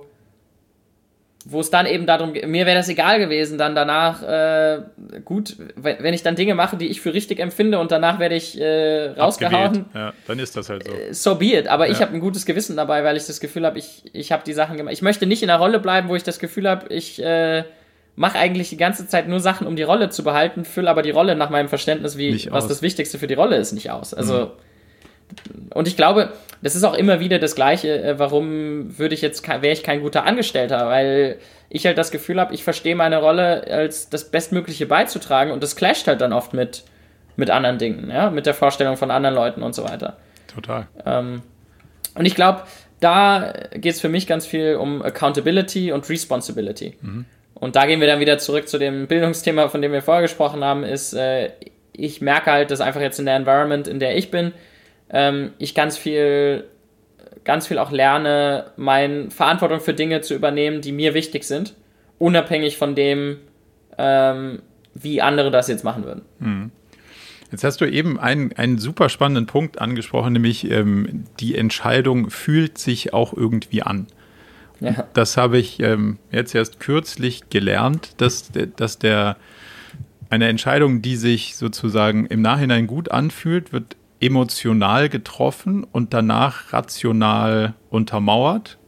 wo es dann eben darum geht, mir wäre das egal gewesen, dann danach, äh, gut, wenn ich dann Dinge mache, die ich für richtig empfinde und danach werde ich äh, rausgehauen. Ja, dann ist das halt so. So be it. Aber ja. Ich habe ein gutes Gewissen dabei, weil ich das Gefühl habe, ich, ich habe die Sachen gemacht. Ich möchte nicht in einer Rolle bleiben, wo ich das Gefühl habe, ich äh, mache eigentlich die ganze Zeit nur Sachen, um die Rolle zu behalten, fülle aber die Rolle nach meinem Verständnis, wie nicht was aus. Das Wichtigste für die Rolle ist, nicht aus. Also, mhm. Und ich glaube, das ist auch immer wieder das Gleiche, warum würde ich jetzt, wäre ich kein guter Angestellter, weil ich halt das Gefühl habe, ich verstehe meine Rolle als das Bestmögliche beizutragen und das clasht halt dann oft mit, mit anderen Dingen, ja, mit der Vorstellung von anderen Leuten und so weiter. Total. Ähm, und ich glaube, da geht es für mich ganz viel um Accountability und Responsibility. Mhm. Und da gehen wir dann wieder zurück zu dem Bildungsthema, von dem wir vorher gesprochen haben, ist, äh, ich merke halt, dass einfach jetzt in der Environment, in der ich bin, ähm, ich ganz viel, ganz viel auch lerne, meine Verantwortung für Dinge zu übernehmen, die mir wichtig sind, unabhängig von dem, ähm, wie andere das jetzt machen würden. Mhm. Jetzt hast du eben einen, einen super spannenden Punkt angesprochen, nämlich ähm, die Entscheidung fühlt sich auch irgendwie an. Ja. Das habe ich ähm, jetzt erst kürzlich gelernt, dass, dass der, eine Entscheidung, die sich sozusagen im Nachhinein gut anfühlt, wird emotional getroffen und danach rational untermauert.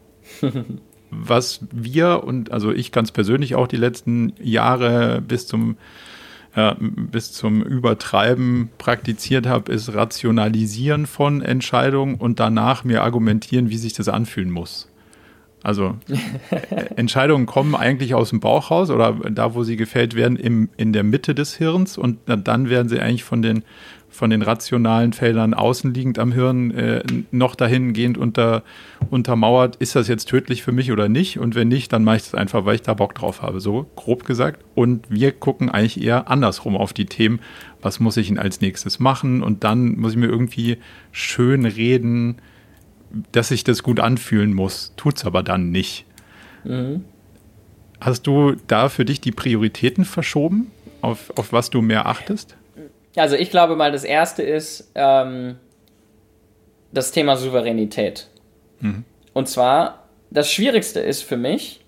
Was wir und also ich ganz persönlich auch die letzten Jahre bis zum Ja, bis zum Übertreiben praktiziert habe, ist Rationalisieren von Entscheidungen und danach mir argumentieren, wie sich das anfühlen muss. Also Entscheidungen kommen eigentlich aus dem Bauch raus oder da, wo sie gefällt werden, im, in der Mitte des Hirns und dann werden sie eigentlich von den, von den rationalen Feldern außenliegend am Hirn äh, noch dahingehend unter, untermauert, ist das jetzt tödlich für mich oder nicht? Und wenn nicht, dann mache ich das einfach, weil ich da Bock drauf habe, so grob gesagt. Und wir gucken eigentlich eher andersrum auf die Themen, was muss ich denn als nächstes machen? Und dann muss ich mir irgendwie schön reden, dass sich das gut anfühlen muss, tut's aber dann nicht. Mhm. Hast du da für dich die Prioritäten verschoben, auf, auf was du mehr achtest? Also ich glaube mal, das Erste ist ähm, das Thema Souveränität. Mhm. Und zwar, das Schwierigste ist für mich,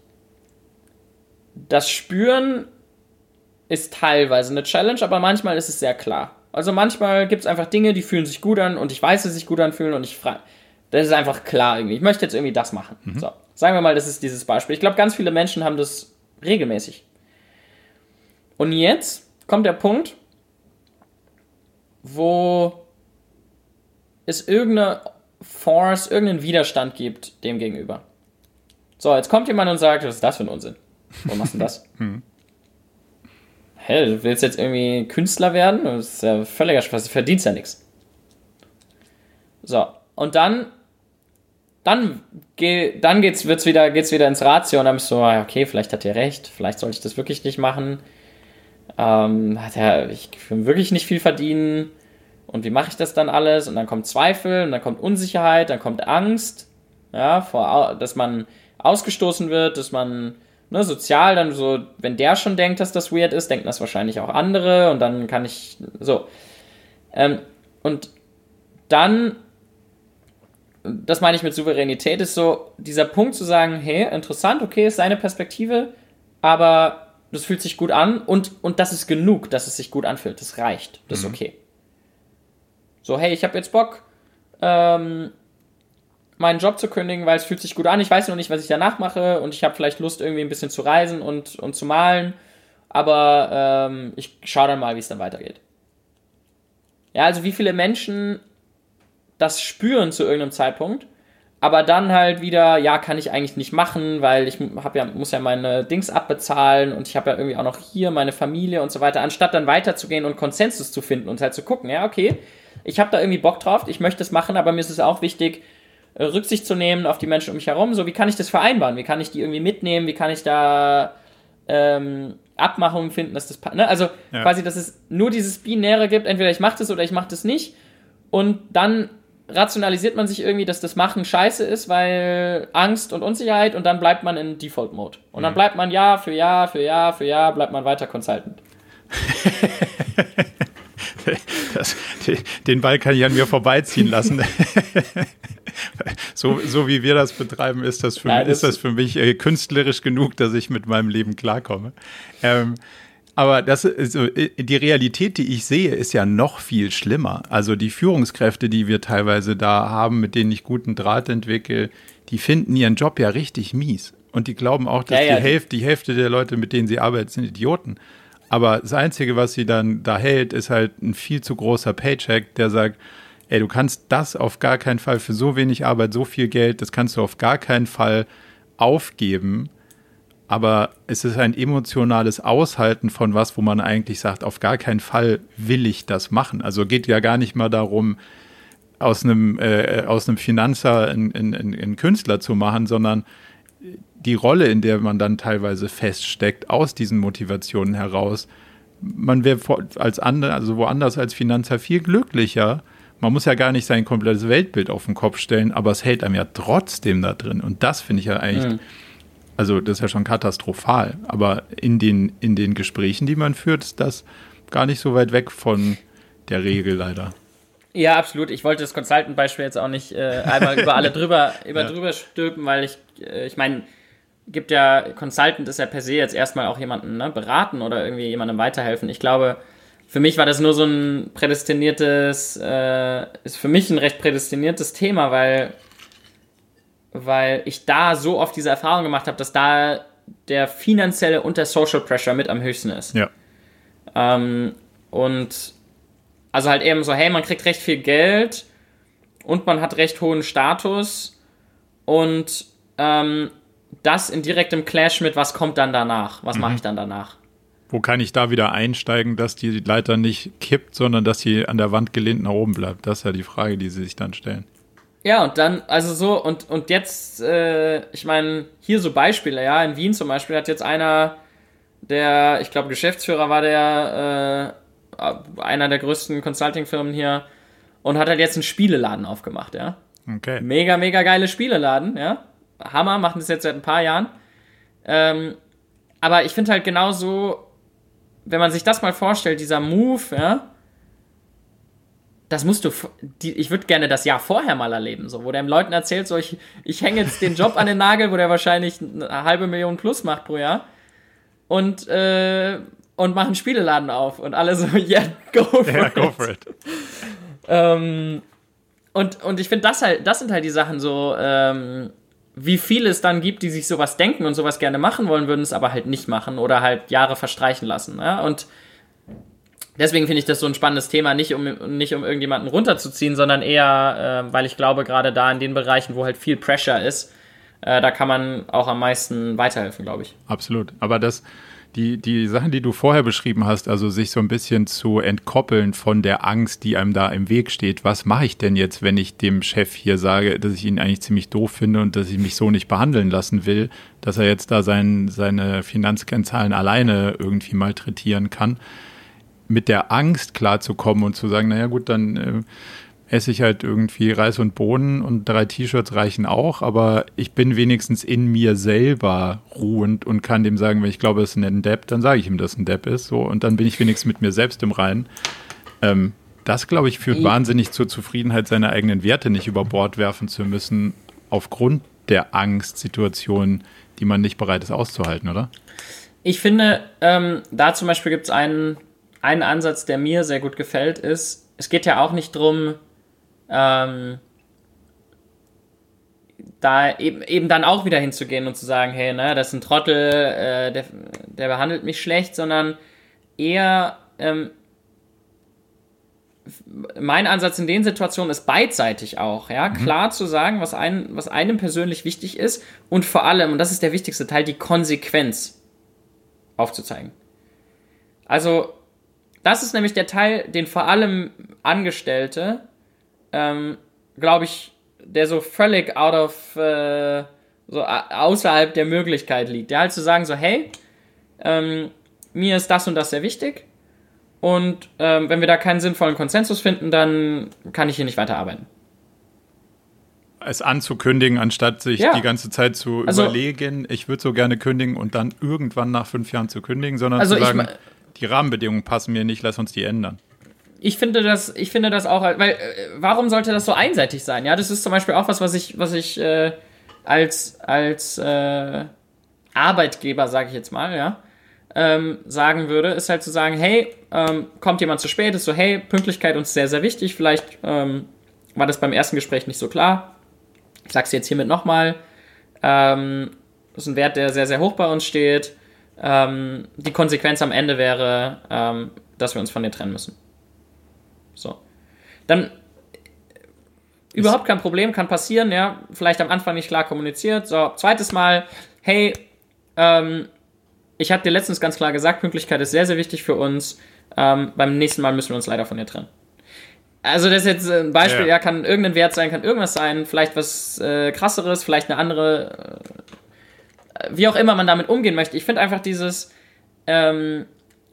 das Spüren ist teilweise eine Challenge, aber manchmal ist es sehr klar. Also manchmal gibt es einfach Dinge, die fühlen sich gut an und ich weiß, dass sie sich gut anfühlen und ich frage, das ist einfach klar irgendwie. Ich möchte jetzt irgendwie das machen. Mhm. So, sagen wir mal, das ist dieses Beispiel. Ich glaube, ganz viele Menschen haben das regelmäßig. Und jetzt kommt der Punkt, wo es irgendeine Force, irgendeinen Widerstand gibt dem gegenüber. So, jetzt kommt jemand und sagt, was ist das für ein Unsinn? Warum machst du denn das? mhm. Hä, du willst jetzt irgendwie Künstler werden? Das ist ja völliger Spaß, du verdienst ja nichts. So, und dann Dann, geh, dann geht's, wird's wieder, geht's wieder ins Ratio und dann bist du so, okay, vielleicht hat er recht, vielleicht sollte ich das wirklich nicht machen. Ähm, hat er, ich will wirklich nicht viel verdienen und wie mache ich das dann alles? Und dann kommt Zweifel und dann kommt Unsicherheit, dann kommt Angst, ja, vor, dass man ausgestoßen wird, dass man ne, sozial dann so, wenn der schon denkt, dass das weird ist, denken das wahrscheinlich auch andere und dann kann ich, so. Ähm, und dann das meine ich mit Souveränität, ist so dieser Punkt zu sagen, hey, interessant, okay, ist seine Perspektive, aber das fühlt sich gut an und, und das ist genug, dass es sich gut anfühlt, das reicht, das ist mhm. okay. So, hey, ich habe jetzt Bock, ähm, meinen Job zu kündigen, weil es fühlt sich gut an, ich weiß noch nicht, was ich danach mache und ich habe vielleicht Lust, irgendwie ein bisschen zu reisen und, und zu malen, aber ähm, ich schaue dann mal, wie es dann weitergeht. Ja, also wie viele Menschen das spüren zu irgendeinem Zeitpunkt, aber dann halt wieder, ja, kann ich eigentlich nicht machen, weil ich hab ja, muss ja meine Dings abbezahlen und ich habe ja irgendwie auch noch hier meine Familie und so weiter, anstatt dann weiterzugehen und Konsensus zu finden und halt zu gucken, ja, okay, ich habe da irgendwie Bock drauf, ich möchte es machen, aber mir ist es auch wichtig, Rücksicht zu nehmen auf die Menschen um mich herum, so, wie kann ich das vereinbaren, wie kann ich die irgendwie mitnehmen, wie kann ich da ähm, Abmachungen finden, dass das, ne? Also ja. quasi, dass es nur dieses Binäre gibt, entweder ich mache das oder ich mache das nicht und dann rationalisiert man sich irgendwie, dass das Machen scheiße ist, weil Angst und Unsicherheit und dann bleibt man in Default-Mode. Und dann bleibt man Jahr für Jahr für Jahr für Jahr, bleibt man weiter Consultant. Das, den Ball kann ich an mir vorbeiziehen lassen. so, so wie wir das betreiben, ist das für, Nein, das ist das für mich äh, künstlerisch genug, dass ich mit meinem Leben klarkomme. Ähm, aber das, also, die Realität, die ich sehe, ist ja noch viel schlimmer. Also die Führungskräfte, die wir teilweise da haben, mit denen ich guten Draht entwickle, die finden ihren Job ja richtig mies. Und die glauben auch, dass ja, ja. Die, Hälfte, die Hälfte der Leute, mit denen sie arbeiten, sind Idioten. Aber das Einzige, was sie dann da hält, ist halt ein viel zu großer Paycheck, der sagt, ey, du kannst das auf gar keinen Fall für so wenig Arbeit, so viel Geld, das kannst du auf gar keinen Fall aufgeben. Aber es ist ein emotionales Aushalten von was, wo man eigentlich sagt, auf gar keinen Fall will ich das machen. Also geht ja gar nicht mal darum, aus einem, äh, aus einem Finanzer einen, einen, einen Künstler zu machen, sondern die Rolle, in der man dann teilweise feststeckt, aus diesen Motivationen heraus, man wäre als andere, also woanders als Finanzer viel glücklicher. Man muss ja gar nicht sein komplettes Weltbild auf den Kopf stellen, aber es hält einem ja trotzdem da drin. Und das finde ich ja eigentlich, mhm. also das ist ja schon katastrophal. Aber in den, in den Gesprächen, die man führt, ist das gar nicht so weit weg von der Regel leider. Ja, absolut. Ich wollte das Consultant-Beispiel jetzt auch nicht äh, einmal über alle drüber, über ja. drüber stülpen, weil ich, äh, ich meine, gibt ja, Consultant ist ja per se jetzt erstmal auch jemanden, ne, beraten oder irgendwie jemandem weiterhelfen. Ich glaube, für mich war das nur so ein prädestiniertes, äh, ist für mich ein recht prädestiniertes Thema, weil, weil ich da so oft diese Erfahrung gemacht habe, dass da der finanzielle und der Social Pressure mit am höchsten ist. Ja. Ähm, und also halt eben so, hey, man kriegt recht viel Geld und man hat recht hohen Status und ähm, das in direktem Clash mit, was kommt dann danach? Was mhm. mache ich dann danach? Wo kann ich da wieder einsteigen, dass die Leiter nicht kippt, sondern dass sie an der Wand gelehnt nach oben bleibt? Das ist ja die Frage, die sie sich dann stellen. Ja, und dann, also so, und, und jetzt, äh, ich meine, hier so Beispiele, ja, in Wien zum Beispiel hat jetzt einer, der, ich glaube, Geschäftsführer war der, äh, einer der größten Consulting-Firmen hier und hat halt jetzt einen Spieleladen aufgemacht, ja. Okay. Mega, mega geile Spieleladen, ja. Hammer, machen das jetzt seit ein paar Jahren. Ähm, aber ich finde halt genauso, wenn man sich das mal vorstellt, dieser Move, ja, das musst du, die, ich würde gerne das Jahr vorher mal erleben, so, wo der den Leuten erzählt, so, ich, ich hänge jetzt den Job an den Nagel, wo der wahrscheinlich eine halbe Million plus macht pro Jahr und, äh, und mache einen Spieleladen auf und alle so, yeah, go for yeah, it. Go for it. ähm, und, und ich finde, das halt, das sind halt die Sachen so, ähm, wie viele es dann gibt, die sich sowas denken und sowas gerne machen wollen, würden es aber halt nicht machen oder halt Jahre verstreichen lassen. Ja? Und deswegen finde ich das so ein spannendes Thema, nicht um, nicht um irgendjemanden runterzuziehen, sondern eher, äh, weil ich glaube, gerade da in den Bereichen, wo halt viel Pressure ist, äh, da kann man auch am meisten weiterhelfen, glaube ich. Absolut. Aber das, die, die Sachen, die du vorher beschrieben hast, also sich so ein bisschen zu entkoppeln von der Angst, die einem da im Weg steht. Was mache ich denn jetzt, wenn ich dem Chef hier sage, dass ich ihn eigentlich ziemlich doof finde und dass ich mich so nicht behandeln lassen will, dass er jetzt da sein, seine Finanzkennzahlen alleine irgendwie malträtieren kann? Mit der Angst klarzukommen und zu sagen, naja gut, dann äh, esse ich halt irgendwie Reis und Bohnen und drei T-Shirts reichen auch, aber ich bin wenigstens in mir selber ruhend und kann dem sagen, wenn ich glaube, es ist ein Depp, dann sage ich ihm, dass es ein Depp ist, so, und dann bin ich wenigstens mit mir selbst im Reinen. Ähm, das, glaube ich, führt wahnsinnig zur Zufriedenheit, seine eigenen Werte nicht über Bord werfen zu müssen, aufgrund der Angstsituation, die man nicht bereit ist auszuhalten, oder? Ich finde, ähm, da zum Beispiel gibt es einen, einen Ansatz, der mir sehr gut gefällt, ist, es geht ja auch nicht drum, Ähm, da eben, eben dann auch wieder hinzugehen und zu sagen, hey, ne, das ist ein Trottel, äh, der, der behandelt mich schlecht, sondern eher ähm, mein Ansatz in den Situationen ist beidseitig auch, ja, mhm. klar zu sagen, was, ein, was einem persönlich wichtig ist und vor allem, und das ist der wichtigste Teil, die Konsequenz aufzuzeigen. Also, das ist nämlich der Teil, den vor allem Angestellte Ähm, glaube ich, der so völlig out of, äh, so außerhalb der Möglichkeit liegt. Ja, halt zu sagen so, hey, ähm, mir ist das und das sehr wichtig und ähm, wenn wir da keinen sinnvollen Konsensus finden, dann kann ich hier nicht weiterarbeiten. es anzukündigen, anstatt sich ja. die ganze Zeit zu also, überlegen, ich würde so gerne kündigen und dann irgendwann nach fünf Jahren zu kündigen, sondern also zu sagen, die Rahmenbedingungen passen mir nicht, lass uns die ändern. Ich finde das, ich finde das auch, weil, äh, warum sollte das so einseitig sein? Ja, das ist zum Beispiel auch was, was ich, was ich äh, als, als äh, Arbeitgeber, sage ich jetzt mal, ja, ähm, sagen würde, ist halt zu sagen, hey, ähm, kommt jemand zu spät, ist so, hey, Pünktlichkeit uns sehr, sehr wichtig, vielleicht ähm, war das beim ersten Gespräch nicht so klar. Ich sag's jetzt hiermit nochmal. Ähm, das ist ein Wert, der sehr, sehr hoch bei uns steht. Ähm, die Konsequenz am Ende wäre, ähm, dass wir uns von dir trennen müssen. So. Dann überhaupt kein Problem, kann passieren, ja. Vielleicht am Anfang nicht klar kommuniziert. So, zweites Mal, hey, ähm, ich habe dir letztens ganz klar gesagt, Pünktlichkeit ist sehr, sehr wichtig für uns. Ähm, beim nächsten Mal müssen wir uns leider von dir trennen. Also das ist jetzt ein Beispiel, ja, ja kann irgendein Wert sein, kann irgendwas sein, vielleicht was äh, krasseres, vielleicht eine andere, äh, wie auch immer man damit umgehen möchte. Ich finde einfach dieses, ähm,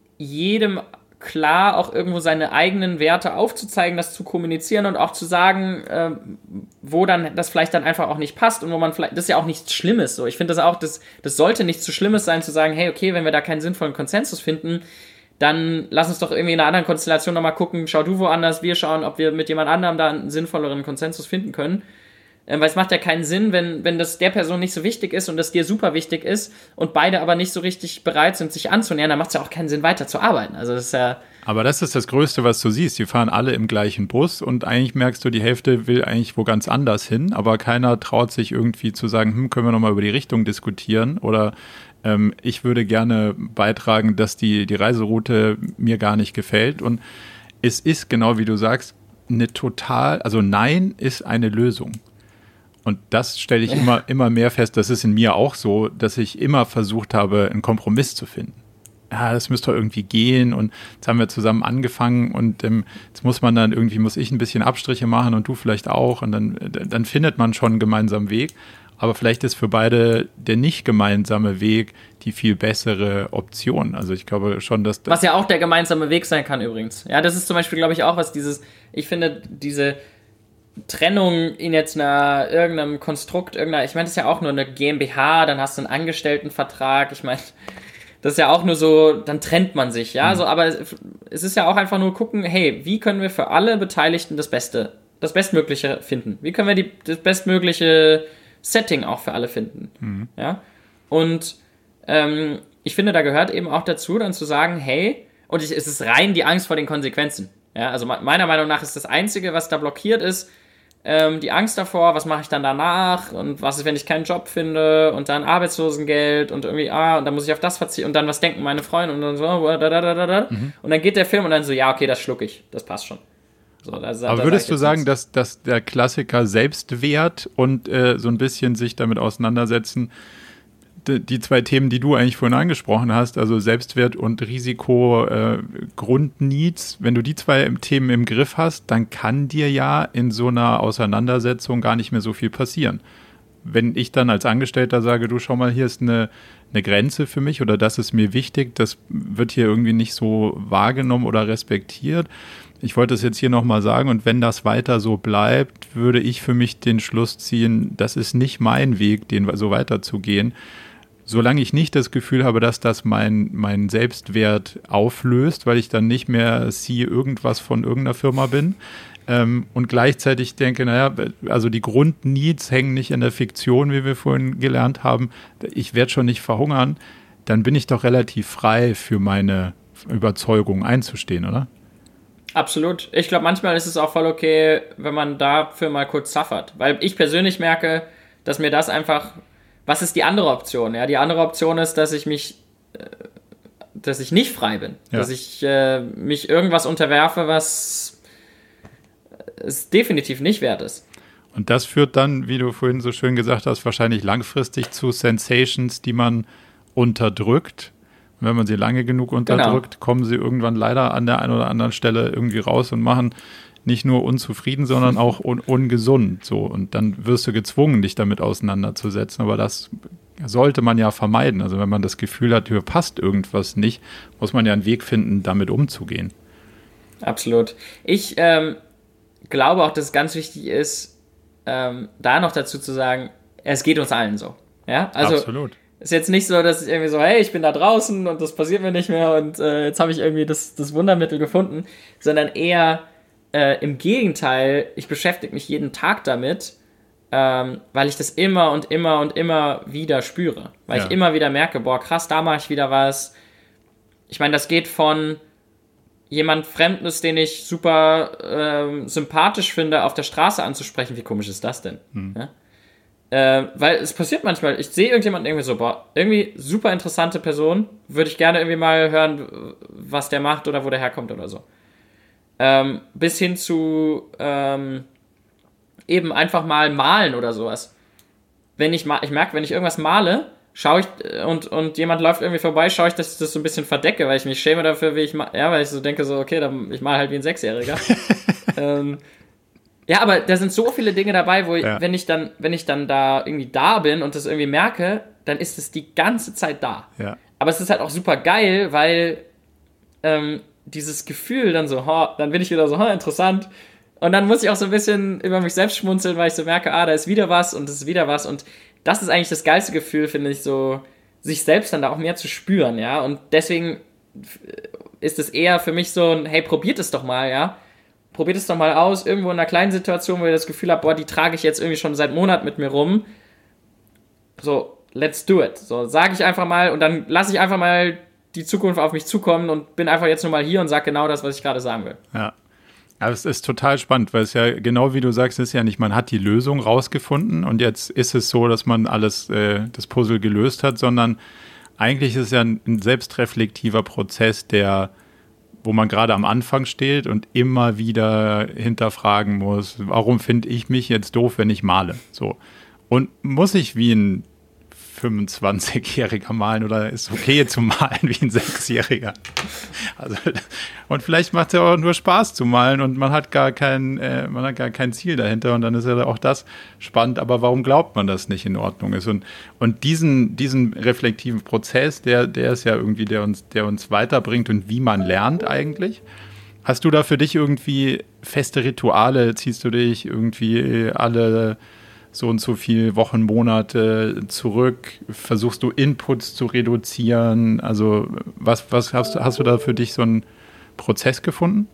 jedem klar auch irgendwo seine eigenen Werte aufzuzeigen, das zu kommunizieren und auch zu sagen, äh, wo dann das vielleicht dann einfach auch nicht passt und wo man vielleicht, das ist ja auch nichts Schlimmes, so. Ich finde das auch, das, das sollte nichts zu Schlimmes sein, zu sagen, hey, okay, wenn wir da keinen sinnvollen Konsensus finden, dann lass uns doch irgendwie in einer anderen Konstellation nochmal gucken, schau du woanders, wir schauen, ob wir mit jemand anderem da einen sinnvolleren Konsensus finden können. Ähm, weil es macht ja keinen Sinn, wenn, wenn das der Person nicht so wichtig ist und das dir super wichtig ist und beide aber nicht so richtig bereit sind, sich anzunähern, dann macht es ja auch keinen Sinn, weiter zu arbeiten. Also das ist ja... Aber das ist das Größte, was du siehst. Die fahren alle im gleichen Bus und eigentlich merkst du, die Hälfte will eigentlich wo ganz anders hin, aber keiner traut sich irgendwie zu sagen, hm, können wir nochmal über die Richtung diskutieren oder ähm, ich würde gerne beitragen, dass die, die Reiseroute mir gar nicht gefällt. Und es ist genau wie du sagst, eine total, also Nein ist eine Lösung. Und das stelle ich immer, immer mehr fest, das ist in mir auch so, dass ich immer versucht habe, einen Kompromiss zu finden. Ja, das müsste irgendwie gehen und jetzt haben wir zusammen angefangen und ähm, jetzt muss man dann irgendwie, muss ich ein bisschen Abstriche machen und du vielleicht auch und dann, dann findet man schon einen gemeinsamen Weg. Aber vielleicht ist für beide der nicht gemeinsame Weg die viel bessere Option. Also ich glaube schon, dass... Das was ja auch der gemeinsame Weg sein kann übrigens. Ja, das ist zum Beispiel, glaube ich, auch was dieses, ich finde, diese Trennung in jetzt einer, irgendeinem Konstrukt, irgendeiner, ich meine, das ist ja auch nur eine GmbH, dann hast du einen Angestelltenvertrag, ich meine, das ist ja auch nur so, dann trennt man sich, ja, mhm. so, aber es ist ja auch einfach nur gucken, hey, wie können wir für alle Beteiligten das Beste, das Bestmögliche finden? Wie können wir die, das bestmögliche Setting auch für alle finden? Mhm. Ja, und ähm, ich finde, da gehört eben auch dazu, dann zu sagen, hey, und ich, es ist rein die Angst vor den Konsequenzen. Ja, also meiner Meinung nach ist das Einzige, was da blockiert ist, ähm, die Angst davor, was mache ich dann danach und was ist, wenn ich keinen Job finde und dann Arbeitslosengeld und irgendwie, ah, und dann muss ich auf das verzichten und dann, was denken meine Freunde und dann so, da, da, da, da, da. Mhm. Und dann geht der Film und dann so, ja, okay, das schluck ich, das passt schon. So, da, da, Aber würdest du sagen, dass, dass der Klassiker Selbstwert und äh, so ein bisschen sich damit auseinandersetzen, die zwei Themen, die du eigentlich vorhin angesprochen hast, also Selbstwert und Risiko, äh, Grundneeds, wenn du die zwei Themen im Griff hast, dann kann dir ja in so einer Auseinandersetzung gar nicht mehr so viel passieren. Wenn ich dann als Angestellter sage, du schau mal, hier ist eine, eine Grenze für mich oder das ist mir wichtig, das wird hier irgendwie nicht so wahrgenommen oder respektiert. Ich wollte es jetzt hier nochmal sagen und wenn das weiter so bleibt, würde ich für mich den Schluss ziehen, das ist nicht mein Weg, den so weiterzugehen. Solange ich nicht das Gefühl habe, dass das mein, mein Selbstwert auflöst, weil ich dann nicht mehr C irgendwas von irgendeiner Firma bin ähm, und gleichzeitig denke, naja, also die Grundneeds hängen nicht in der Fiktion, wie wir vorhin gelernt haben, ich werde schon nicht verhungern, dann bin ich doch relativ frei für meine Überzeugung einzustehen, oder? Absolut. Ich glaube, manchmal ist es auch voll okay, wenn man dafür mal kurz suffert, weil ich persönlich merke, dass mir das einfach... Was ist die andere Option? Ja, die andere Option ist, dass ich mich, äh, dass ich nicht frei bin, ja. dass ich äh, mich irgendwas unterwerfe, was es definitiv nicht wert ist. Und das führt dann, wie du vorhin so schön gesagt hast, wahrscheinlich langfristig zu Sensations, die man unterdrückt. Und wenn man sie lange genug unterdrückt, genau. kommen sie irgendwann leider an der einen oder anderen Stelle irgendwie raus und machen nicht nur unzufrieden, sondern auch un- ungesund. So. Und dann wirst du gezwungen, dich damit auseinanderzusetzen. Aber das sollte man ja vermeiden. Also wenn man das Gefühl hat, hier passt irgendwas nicht, muss man ja einen Weg finden, damit umzugehen. Absolut. Ich ähm, glaube auch, dass es ganz wichtig ist, ähm, da noch dazu zu sagen, es geht uns allen so. Ja, also absolut. Ist jetzt nicht so, dass ich irgendwie so, hey, ich bin da draußen und das passiert mir nicht mehr und äh, jetzt habe ich irgendwie das, das Wundermittel gefunden, sondern eher äh, im Gegenteil, ich beschäftige mich jeden Tag damit, ähm, weil ich das immer und immer und immer wieder spüre. Weil ja. ich immer wieder merke, boah, krass, da mache ich wieder was. Ich meine, das geht von jemand Fremdes, den ich super ähm, sympathisch finde, auf der Straße anzusprechen. Wie komisch ist das denn? Hm. Ja? Äh, weil es passiert manchmal, ich sehe irgendjemanden irgendwie so, boah, irgendwie super interessante Person, würde ich gerne irgendwie mal hören, was der macht oder wo der herkommt oder so. Ähm, bis hin zu ähm, eben einfach mal malen oder sowas. Wenn ich ma- ich merke, wenn ich irgendwas male, schaue ich und, und jemand läuft irgendwie vorbei, schaue ich, dass ich das so ein bisschen verdecke, weil ich mich schäme dafür, wie ich ma- ja, weil ich so denke, so, okay, dann, ich male halt wie ein Sechsjähriger. ähm, Ja, aber da sind so viele Dinge dabei, wo ich, ja. wenn ich dann, wenn ich dann da irgendwie da bin und das irgendwie merke, dann ist es die ganze Zeit da. Ja. Aber es ist halt auch super geil, weil ähm, dieses Gefühl dann so, ho, dann bin ich wieder so, ho, interessant. Und dann muss ich auch so ein bisschen über mich selbst schmunzeln, weil ich so merke, ah, da ist wieder was und es ist wieder was. Und das ist eigentlich das geilste Gefühl, finde ich, so, sich selbst dann da auch mehr zu spüren, ja. Und deswegen ist es eher für mich so ein, hey, probiert es doch mal, ja. Probiert es doch mal aus, irgendwo in einer kleinen Situation, wo ihr das Gefühl habt, boah, die trage ich jetzt irgendwie schon seit Monaten mit mir rum. So, let's do it. So, sage ich einfach mal und dann lasse ich einfach mal die Zukunft auf mich zukommen und bin einfach jetzt nur mal hier und sage genau das, was ich gerade sagen will. Ja. Aber es ist total spannend, weil es ja, genau wie du sagst, ist ja nicht, man hat die Lösung rausgefunden und jetzt ist es so, dass man alles, äh, das Puzzle gelöst hat, sondern eigentlich ist es ja ein, ein selbstreflektiver Prozess, der wo man gerade am Anfang steht und immer wieder hinterfragen muss, warum finde ich mich jetzt doof, wenn ich male? So. Und muss ich wie ein fünfundzwanzigjähriger malen oder ist okay zu malen wie ein Sechsjähriger? Also, und vielleicht macht es ja auch nur Spaß zu malen und man hat gar kein, äh, man hat gar kein Ziel dahinter und dann ist ja auch das spannend, aber warum glaubt man, dass nicht in Ordnung ist? Und, und diesen, diesen reflektiven Prozess, der, der ist ja irgendwie, der uns, der uns weiterbringt und wie man lernt eigentlich. Hast du da für dich irgendwie feste Rituale? Ziehst du dich irgendwie alle so und so viele Wochen, Monate zurück? Versuchst du Inputs zu reduzieren? Also was, was hast, hast du da für dich so einen Prozess gefunden?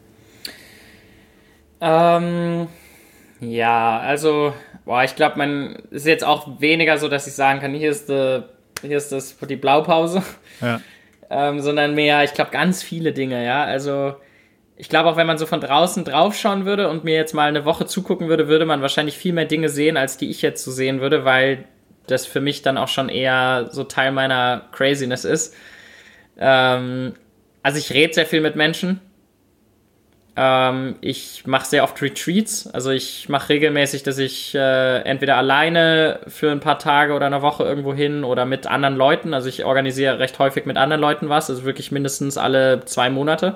Ähm, ja, also boah, ich glaube, man ist jetzt auch weniger so, dass ich sagen kann, hier ist, die, hier ist das, die Blaupause, ja. ähm, sondern mehr, ich glaube, ganz viele Dinge, ja, also ich glaube auch, wenn man so von draußen draufschauen würde und mir jetzt mal eine Woche zugucken würde, würde man wahrscheinlich viel mehr Dinge sehen, als die ich jetzt so sehen würde, weil das für mich dann auch schon eher so Teil meiner Craziness ist. Ähm, also ich rede sehr viel mit Menschen. Ähm, ich mache sehr oft Retreats. Also ich mache regelmäßig, dass ich äh, entweder alleine für ein paar Tage oder eine Woche irgendwo hin oder mit anderen Leuten. Also ich organisiere recht häufig mit anderen Leuten was, also wirklich mindestens alle zwei Monate.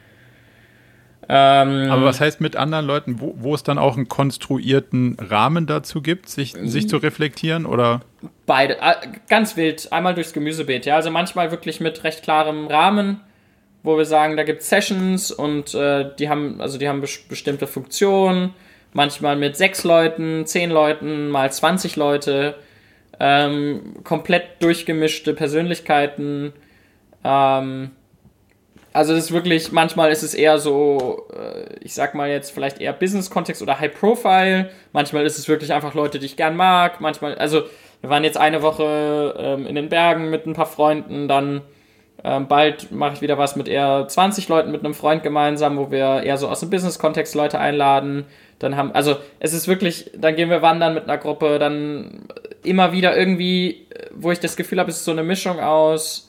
Ähm, Aber was heißt mit anderen Leuten, wo, wo es dann auch einen konstruierten Rahmen dazu gibt, sich, sich zu reflektieren, oder? Beide, ganz wild, einmal durchs Gemüsebeet, ja, also manchmal wirklich mit recht klarem Rahmen, wo wir sagen, da gibt es Sessions und äh, die haben, also die haben bes- bestimmte Funktionen, manchmal mit sechs Leuten, zehn Leuten, mal zwanzig Leute, ähm, komplett durchgemischte Persönlichkeiten, ähm, also das ist wirklich, manchmal ist es eher so, ich sag mal jetzt vielleicht eher Business-Kontext oder High-Profile. Manchmal ist es wirklich einfach Leute, die ich gern mag. Manchmal, also wir waren jetzt eine Woche ähm, in den Bergen mit ein paar Freunden. Dann ähm, bald mache ich wieder was mit eher zwanzig Leuten mit einem Freund gemeinsam, wo wir eher so aus dem Business-Kontext Leute einladen. Dann haben, also es ist wirklich, dann gehen wir wandern mit einer Gruppe. Dann immer wieder irgendwie, wo ich das Gefühl habe, es ist so eine Mischung aus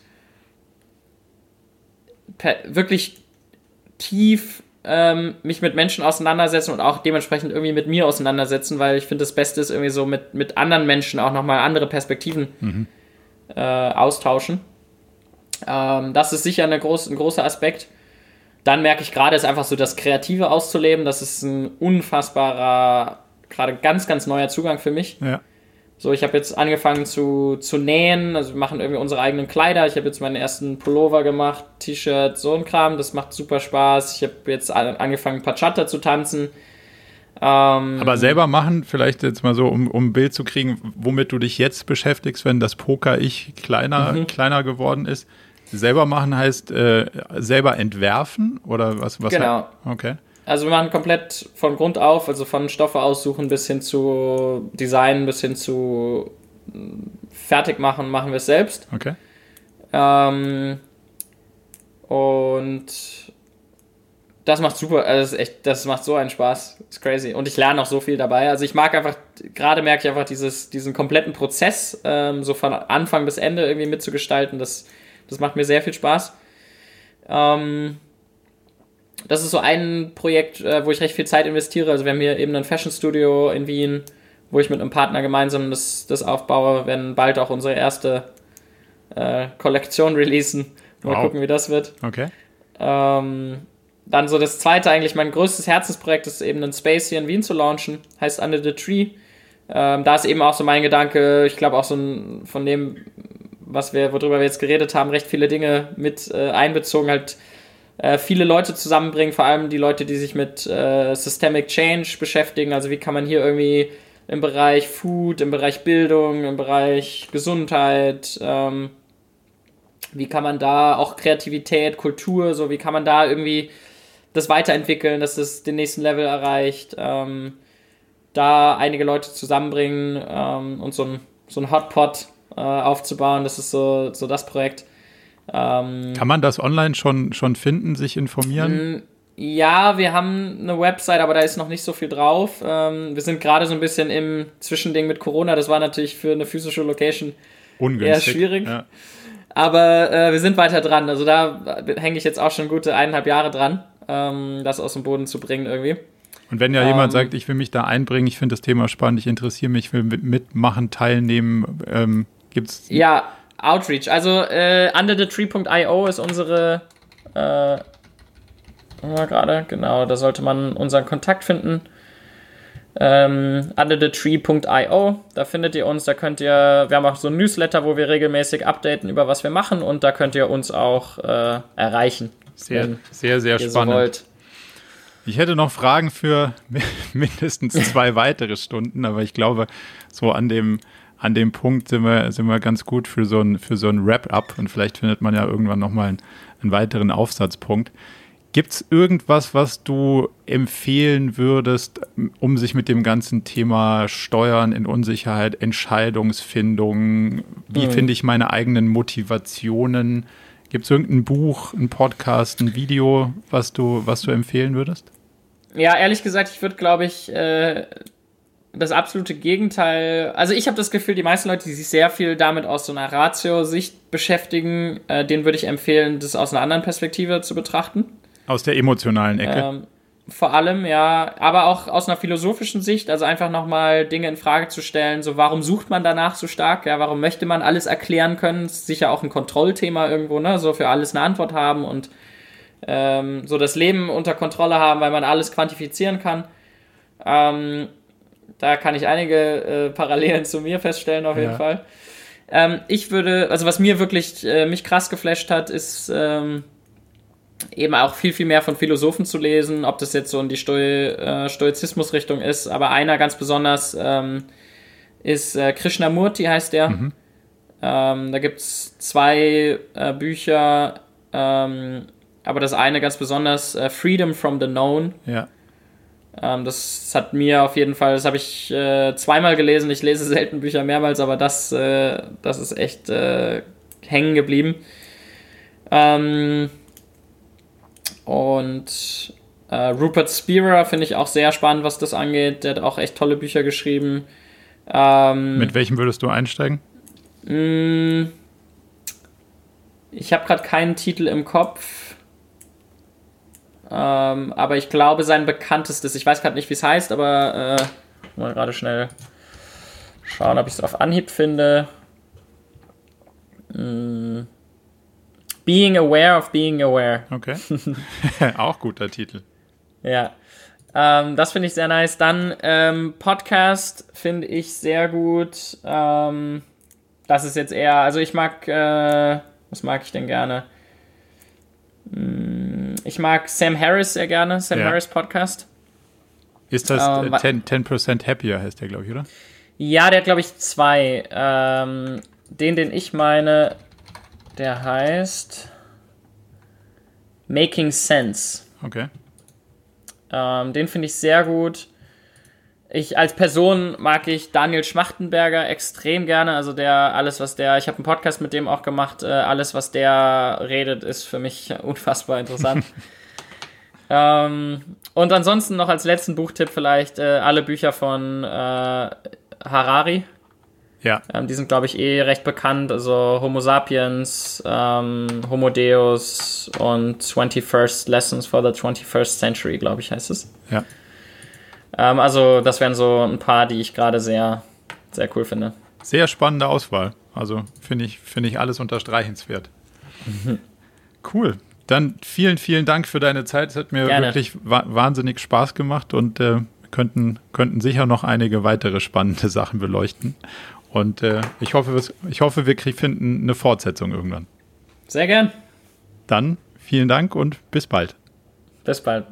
Per, wirklich tief ähm, mich mit Menschen auseinandersetzen und auch dementsprechend irgendwie mit mir auseinandersetzen, weil ich finde, das Beste ist irgendwie so mit, mit anderen Menschen auch nochmal andere Perspektiven mhm. äh, austauschen. Ähm, das ist sicher eine groß, ein großer Aspekt. Dann merke ich gerade, ist einfach so das Kreative auszuleben. Das ist ein unfassbarer, gerade ganz, ganz neuer Zugang für mich. Ja. So, ich habe jetzt angefangen zu, zu nähen, also wir machen irgendwie unsere eigenen Kleider. Ich habe jetzt meinen ersten Pullover gemacht, T-Shirt, so ein Kram, das macht super Spaß. Ich habe jetzt angefangen, Bachata zu tanzen. Ähm, Aber selber machen, vielleicht jetzt mal so, um, um ein Bild zu kriegen, womit du dich jetzt beschäftigst, wenn das Poker-Ich kleiner, Mhm. kleiner geworden ist. Selber machen heißt äh, selber entwerfen oder was? was Genau. Heißt? Okay. Also wir machen komplett von Grund auf, also von Stoffe aussuchen bis hin zu Design, bis hin zu fertig machen, machen wir es selbst. Okay. Ähm, und das macht super, also das ist echt, das macht so einen Spaß, das ist crazy. Und ich lerne auch so viel dabei. Also ich mag einfach, gerade merke ich einfach dieses, diesen kompletten Prozess, ähm, so von Anfang bis Ende irgendwie mitzugestalten, das, das macht mir sehr viel Spaß. Ähm, das ist so ein Projekt, äh, wo ich recht viel Zeit investiere. Also wir haben hier eben ein Fashion Studio in Wien, wo ich mit einem Partner gemeinsam das, das aufbaue. Wir werden bald auch unsere erste äh, Kollektion releasen. Mal Wow. gucken, wie das wird. Okay. Ähm, dann so das zweite, eigentlich mein größtes Herzensprojekt, ist eben einen Space hier in Wien zu launchen. Heißt Under the Tree. Ähm, da ist eben auch so mein Gedanke, ich glaube auch so ein, von dem, was wir, worüber wir jetzt geredet haben, recht viele Dinge mit äh, einbezogen, halt äh, viele Leute zusammenbringen, vor allem die Leute, die sich mit äh, Systemic Change beschäftigen. Also wie kann man hier irgendwie im Bereich Food, im Bereich Bildung, im Bereich Gesundheit, ähm, wie kann man da auch Kreativität, Kultur, so wie kann man da irgendwie das weiterentwickeln, dass es den nächsten Level erreicht, ähm, da einige Leute zusammenbringen ähm, und so ein, so ein Hotpot äh, aufzubauen, das ist so, so das Projekt. Ähm, Kann man das online schon, schon finden, sich informieren? Ja, wir haben eine Website, aber da ist noch nicht so viel drauf. Ähm, wir sind gerade so ein bisschen im Zwischending mit Corona, das war natürlich für eine physische Location Ungünstig. eher schwierig. Ja. Aber äh, wir sind weiter dran. Also da hänge ich jetzt auch schon gute eineinhalb Jahre dran, ähm, das aus dem Boden zu bringen irgendwie. Und wenn ja ähm, jemand sagt, ich will mich da einbringen, ich finde das Thema spannend, ich interessiere mich, ich will mitmachen, teilnehmen, ähm, gibt's? Ja, Outreach. Also äh, under the tree punkt io ist unsere äh, gerade, genau, da sollte man unseren Kontakt finden. Ähm, under the tree punkt io, da findet ihr uns, da könnt ihr, wir haben auch so ein Newsletter, wo wir regelmäßig updaten über was wir machen und da könnt ihr uns auch äh, erreichen. Sehr, sehr, sehr ihr spannend. So wollt. Ich hätte noch Fragen für mindestens zwei weitere Stunden, aber ich glaube, so an dem, an dem Punkt sind wir, sind wir ganz gut für so ein, für so ein Wrap-up und vielleicht findet man ja irgendwann nochmal einen, einen weiteren Aufsatzpunkt. Gibt es irgendwas, was du empfehlen würdest, um sich mit dem ganzen Thema Steuern in Unsicherheit, Entscheidungsfindung, wie mhm. finde ich meine eigenen Motivationen? Gibt es irgendein Buch, ein Podcast, ein Video, was du, was du empfehlen würdest? Ja, ehrlich gesagt, ich würde, glaube ich, äh, das absolute Gegenteil, also ich habe das Gefühl, die meisten Leute, die sich sehr viel damit aus so einer Ratio-Sicht beschäftigen, äh, denen würde ich empfehlen, das aus einer anderen Perspektive zu betrachten. Aus der emotionalen Ecke? Ähm, vor allem, ja, aber auch aus einer philosophischen Sicht, also einfach nochmal Dinge in Frage zu stellen, so warum sucht man danach so stark, ja, warum möchte man alles erklären können, das ist sicher auch ein Kontrollthema irgendwo, ne, so für alles eine Antwort haben und ähm, so das Leben unter Kontrolle haben, weil man alles quantifizieren kann. Ähm, da kann ich einige äh, Parallelen zu mir feststellen, auf jeden ja. Fall. Ähm, ich würde, also was mir wirklich äh, mich krass geflasht hat, ist ähm, eben auch viel, viel mehr von Philosophen zu lesen, ob das jetzt so in die Stoi, äh, Stoizismus-Richtung ist, aber einer ganz besonders ähm, ist äh, Krishnamurti, heißt der. Mhm. Ähm, da gibt es zwei äh, Bücher, ähm, aber das eine ganz besonders, äh, Freedom from the Known. Ja. Ähm, das hat mir auf jeden Fall, das habe ich äh, zweimal gelesen, ich lese selten Bücher mehrmals, aber das, äh, das ist echt äh, hängen geblieben. Ähm, Und äh, Rupert Spira finde ich auch sehr spannend, was das angeht. Der hat auch echt tolle Bücher geschrieben. Ähm, Mit welchem würdest du einsteigen? Mh, ich habe gerade keinen Titel im Kopf. Ähm, aber ich glaube, sein bekanntestes, ich weiß gerade nicht, wie es heißt, aber äh, mal gerade schnell schauen, ob ich es auf Anhieb finde. Mh, Being Aware of Being Aware. Okay. Auch guter Titel. Ja. Ähm, das finde ich sehr nice. Dann ähm, Podcast finde ich sehr gut. Ähm, das ist jetzt eher, also ich mag, äh, was mag ich denn gerne? Ich mag Sam Harris sehr gerne, Sam ja. Harris Podcast. Ist das ähm, ten, ten percent Happier, heißt der, glaube ich, oder? Ja, der hat, glaube ich, zwei. Ähm, den, den ich meine, der heißt Making Sense. Okay. Ähm, den finde ich sehr gut. Ich als Person mag ich Daniel Schmachtenberger extrem gerne. Also der, alles was der, ich habe einen Podcast mit dem auch gemacht, äh, alles was der redet, ist für mich unfassbar interessant. ähm, und ansonsten noch als letzten Buchtipp vielleicht äh, alle Bücher von äh, Harari. Ja. Ähm, die sind, glaube ich, eh recht bekannt. Also Homo Sapiens, ähm, Homo Deus und twenty-first Lessons for the twenty-first Century, glaube ich, heißt es. Ja. Ähm, also das wären so ein paar, die ich gerade sehr, sehr cool finde. Sehr spannende Auswahl. Also finde ich, finde ich alles unterstreichenswert. Mhm. Cool. Dann vielen, vielen Dank für deine Zeit. Es hat mir Gerne. wirklich wa- wahnsinnig Spaß gemacht und äh, könnten, könnten sicher noch einige weitere spannende Sachen beleuchten. Und äh, ich hoffe, ich hoffe, wir krieg, finden eine Fortsetzung irgendwann. Sehr gern. Dann vielen Dank und bis bald. Bis bald.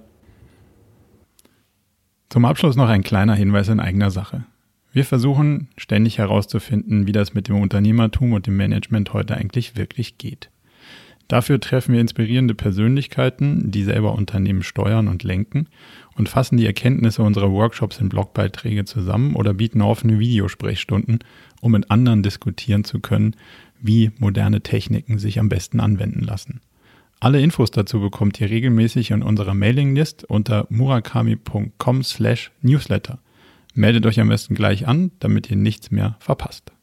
Zum Abschluss noch ein kleiner Hinweis in eigener Sache. Wir versuchen ständig herauszufinden, wie das mit dem Unternehmertum und dem Management heute eigentlich wirklich geht. Dafür treffen wir inspirierende Persönlichkeiten, die selber Unternehmen steuern und lenken und fassen die Erkenntnisse unserer Workshops in Blogbeiträge zusammen oder bieten offene Videosprechstunden, um mit anderen diskutieren zu können, wie moderne Techniken sich am besten anwenden lassen. Alle Infos dazu bekommt ihr regelmäßig in unserer Mailinglist unter murakami punkt com slash newsletter. Meldet euch am besten gleich an, damit ihr nichts mehr verpasst.